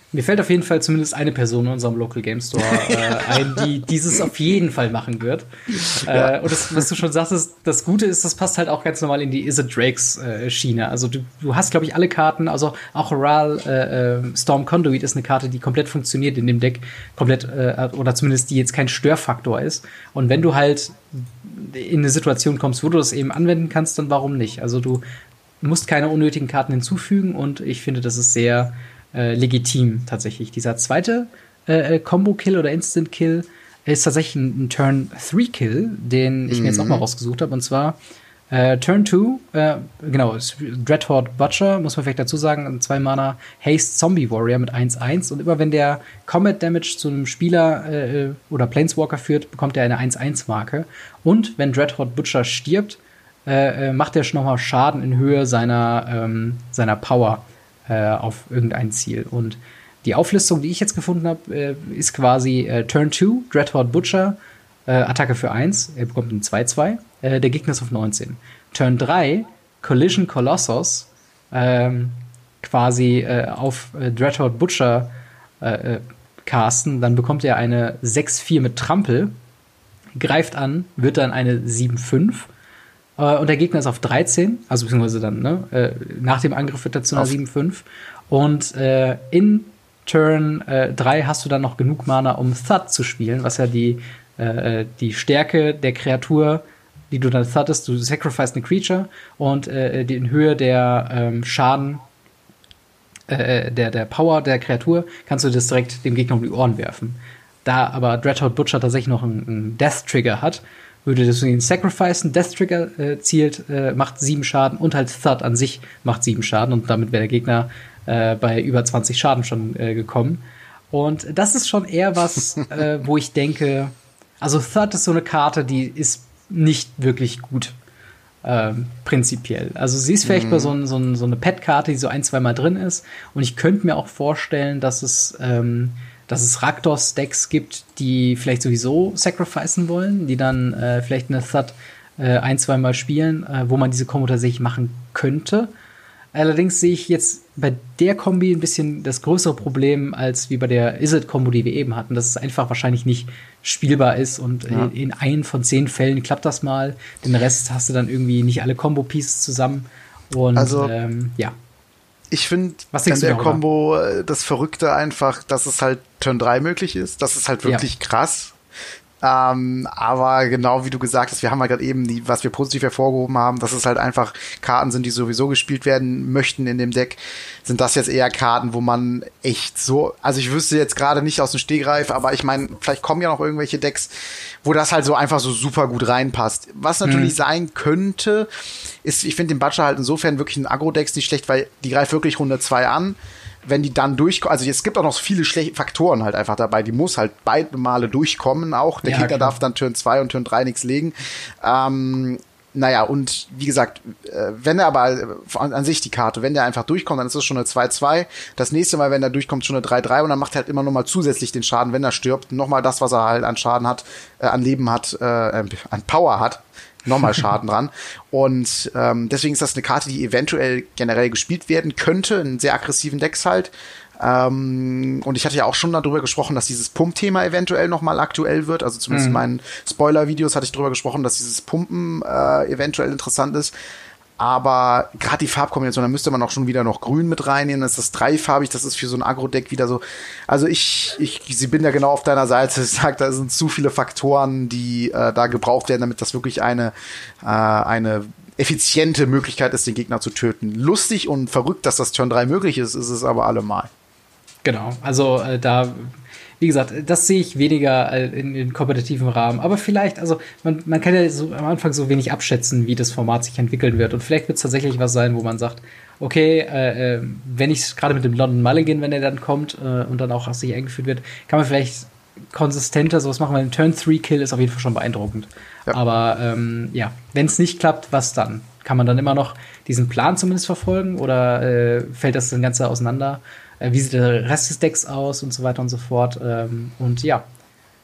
Mir fällt auf jeden Fall zumindest eine Person in unserem Local Game Store ein, die dieses auf jeden Fall machen wird. Ja. Und das, was du schon sagst, das Gute ist, das passt halt auch ganz normal in die Is It Drakes Schiene. Also du hast, glaube ich, alle Karten, also auch Ral Storm Conduit ist eine Karte, die komplett funktioniert in dem Deck, komplett, oder zumindest die jetzt kein Störfaktor ist. Und wenn du halt in eine Situation kommst, wo du das eben anwenden kannst, dann warum nicht? Also du musst keine unnötigen Karten hinzufügen und ich finde, das ist sehr legitim tatsächlich. Dieser zweite Combo-Kill oder Instant-Kill ist tatsächlich ein Turn-3-Kill, den ich mir jetzt auch mal rausgesucht habe. Und zwar Turn 2, genau, Dreadhorde Butcher, muss man vielleicht dazu sagen, 2 Mana Haste Zombie Warrior mit 1/1. Und immer wenn der Combat Damage zu einem Spieler oder Planeswalker führt, bekommt er eine 1/1-Marke. Und wenn Dreadhorde Butcher stirbt, macht er schon nochmal Schaden in Höhe seiner Power auf irgendein Ziel. Und die Auflistung, die ich jetzt gefunden habe, ist quasi Turn 2, Dreadhorde Butcher, Attacke für 1, er bekommt einen 2/2, der Gegner ist auf 19. Turn 3, Collision Colossus, quasi auf Dreadhorde Butcher casten, dann bekommt er eine 6/4 mit Trampel, greift an, wird dann eine 7/5, und der Gegner ist auf 13, also beziehungsweise dann, nach dem Angriff wird er zu einer 7/5. Und in Turn 3 hast du dann noch genug Mana, um Thud zu spielen, was ja die Stärke der Kreatur, die du dann thuddest, du sacrifice eine Creature und in Höhe der Schaden, der Power der Kreatur, kannst du das direkt dem Gegner um die Ohren werfen. Da aber Dreadhorde Butcher tatsächlich noch einen Death-Trigger hat, würde das ihn sacrificen, Death Trigger zielt, macht 7 Schaden und halt Thud an sich macht 7 Schaden und damit wäre der Gegner bei über 20 Schaden schon gekommen. Und das ist schon eher was, wo ich denke, also Thud ist so eine Karte, die ist nicht wirklich gut, prinzipiell. Also sie ist vielleicht mal so eine Pet-Karte, die so 1-2 Mal drin ist. Und ich könnte mir auch vorstellen, dass es Rakdos-Decks gibt, die vielleicht sowieso sacrificen wollen, die dann vielleicht eine Thud 1-2 Mal spielen, wo man diese Kombo tatsächlich machen könnte. Allerdings sehe ich jetzt bei der Kombi ein bisschen das größere Problem als wie bei der Izzet-Kombo, die wir eben hatten, dass es einfach wahrscheinlich nicht spielbar ist und in 1 von 10 Fällen klappt das mal. Den Rest hast du dann irgendwie nicht alle Combo-Pieces zusammen. Und also, ja. Ich finde an der Combo das Verrückte einfach, dass es halt Turn 3 möglich ist. Das ist halt wirklich krass. Aber genau wie du gesagt hast, wir haben ja gerade eben, was wir positiv hervorgehoben haben, dass es halt einfach Karten sind, die sowieso gespielt werden möchten in dem Deck, sind das jetzt eher Karten, wo man echt so, also ich wüsste jetzt gerade nicht aus dem Stegreif, aber ich meine, vielleicht kommen ja noch irgendwelche Decks, wo das halt so einfach so super gut reinpasst. Was natürlich sein könnte, ist, ich finde den Butcher halt insofern wirklich ein Agro-Decks nicht schlecht, weil die greift wirklich Runde 2 an. Wenn die dann durchkommen, also es gibt auch noch viele Faktoren halt einfach dabei, die muss halt beide Male durchkommen auch. Der Gegner darf dann Turn 2 und Turn 3 nichts legen. Naja, und wie gesagt, wenn er aber an sich die Karte, wenn der einfach durchkommt, dann ist es schon eine 2/2. Das nächste Mal, wenn er durchkommt, schon eine 3/3 und dann macht er halt immer noch mal zusätzlich den Schaden, wenn er stirbt. Nochmal das, was er halt an Schaden hat, an Leben hat, an Power hat. Nochmal Schaden dran. Und deswegen ist das eine Karte, die eventuell generell gespielt werden könnte, in sehr aggressiven Decks halt. Und ich hatte ja auch schon darüber gesprochen, dass dieses Pump-Thema eventuell nochmal aktuell wird. Also zumindest in meinen Spoiler-Videos hatte ich darüber gesprochen, dass dieses Pumpen eventuell interessant ist. Aber gerade die Farbkombination, da müsste man auch schon wieder noch Grün mit reinnehmen. Das ist das dreifarbig, das ist für so ein Agro-Deck wieder so. Also ich bin ja genau auf deiner Seite. Ich sag, da sind zu viele Faktoren, die da gebraucht werden, damit das wirklich eine effiziente Möglichkeit ist, den Gegner zu töten. Lustig und verrückt, dass das Turn 3 möglich ist es aber allemal. Genau, also wie gesagt, das sehe ich weniger in kompetitiven Rahmen. Aber vielleicht, also man kann ja so am Anfang so wenig abschätzen, wie das Format sich entwickeln wird. Und vielleicht wird es tatsächlich was sein, wo man sagt, okay, wenn ich gerade mit dem London Mulligan, wenn er dann kommt und dann auch sich eingeführt wird, kann man vielleicht konsistenter sowas machen, weil ein Turn-3-Kill ist auf jeden Fall schon beeindruckend. Ja. Aber wenn es nicht klappt, was dann? Kann man dann immer noch diesen Plan zumindest verfolgen oder fällt das dann Ganze auseinander? Wie sieht der Rest des Decks aus und so weiter und so fort. Und ja,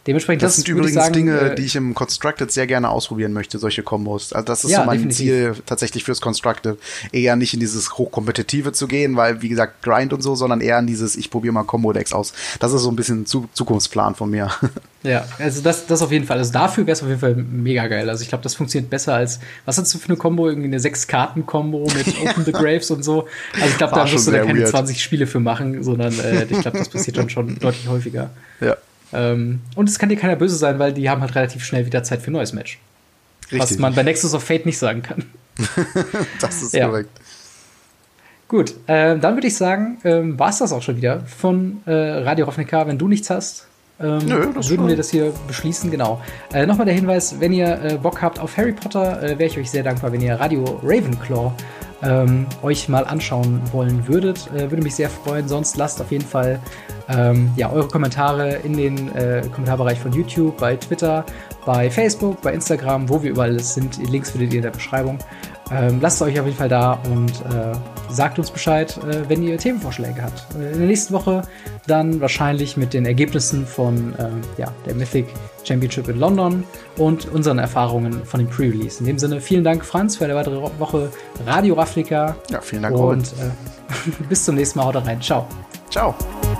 Dementsprechend, das sind übrigens Dinge, die ich im Constructed sehr gerne ausprobieren möchte, solche Kombos. Also das ist so mein Ziel tatsächlich fürs Constructed. Eher nicht in dieses Hochkompetitive zu gehen, weil, wie gesagt, Grind und so, sondern eher in dieses, ich probiere mal Combo-Decks aus. Das ist so ein bisschen Zukunftsplan von mir. Ja, also das auf jeden Fall. Also dafür wäre es auf jeden Fall mega geil. Also ich glaube, das funktioniert besser als, was hast du für eine Kombo? Irgendwie eine 6-Karten-Kombo mit Open the Graves und so. Also ich glaube, da musst du da keine 20 Spiele für machen, sondern ich glaube, das passiert dann schon deutlich häufiger. Ja. Und es kann dir keiner böse sein, weil die haben halt relativ schnell wieder Zeit für ein neues Match. Richtig. Was man bei Nexus of Fate nicht sagen kann. Das ist korrekt. Gut, dann würde ich sagen, war es das auch schon wieder von Radio Ravnica. Wenn du nichts hast, würden wir das hier beschließen. Genau. Nochmal der Hinweis, wenn ihr Bock habt auf Harry Potter, wäre ich euch sehr dankbar, wenn ihr Radio Ravenclaw euch mal anschauen wollen würdet. Würde mich sehr freuen. Sonst lasst auf jeden Fall eure Kommentare in den Kommentarbereich von YouTube, bei Twitter, bei Facebook, bei Instagram, wo wir überall sind. Die Links findet ihr in der Beschreibung. Lasst euch auf jeden Fall da und sagt uns Bescheid, wenn ihr Themenvorschläge habt. In der nächsten Woche dann wahrscheinlich mit den Ergebnissen von der Mythic Championship in London und unseren Erfahrungen von dem Pre-Release. In dem Sinne, vielen Dank, Franz, für eine weitere Woche Radio Ravnica. Ja, vielen Dank. Und bis zum nächsten Mal. Haut rein. Ciao. Ciao.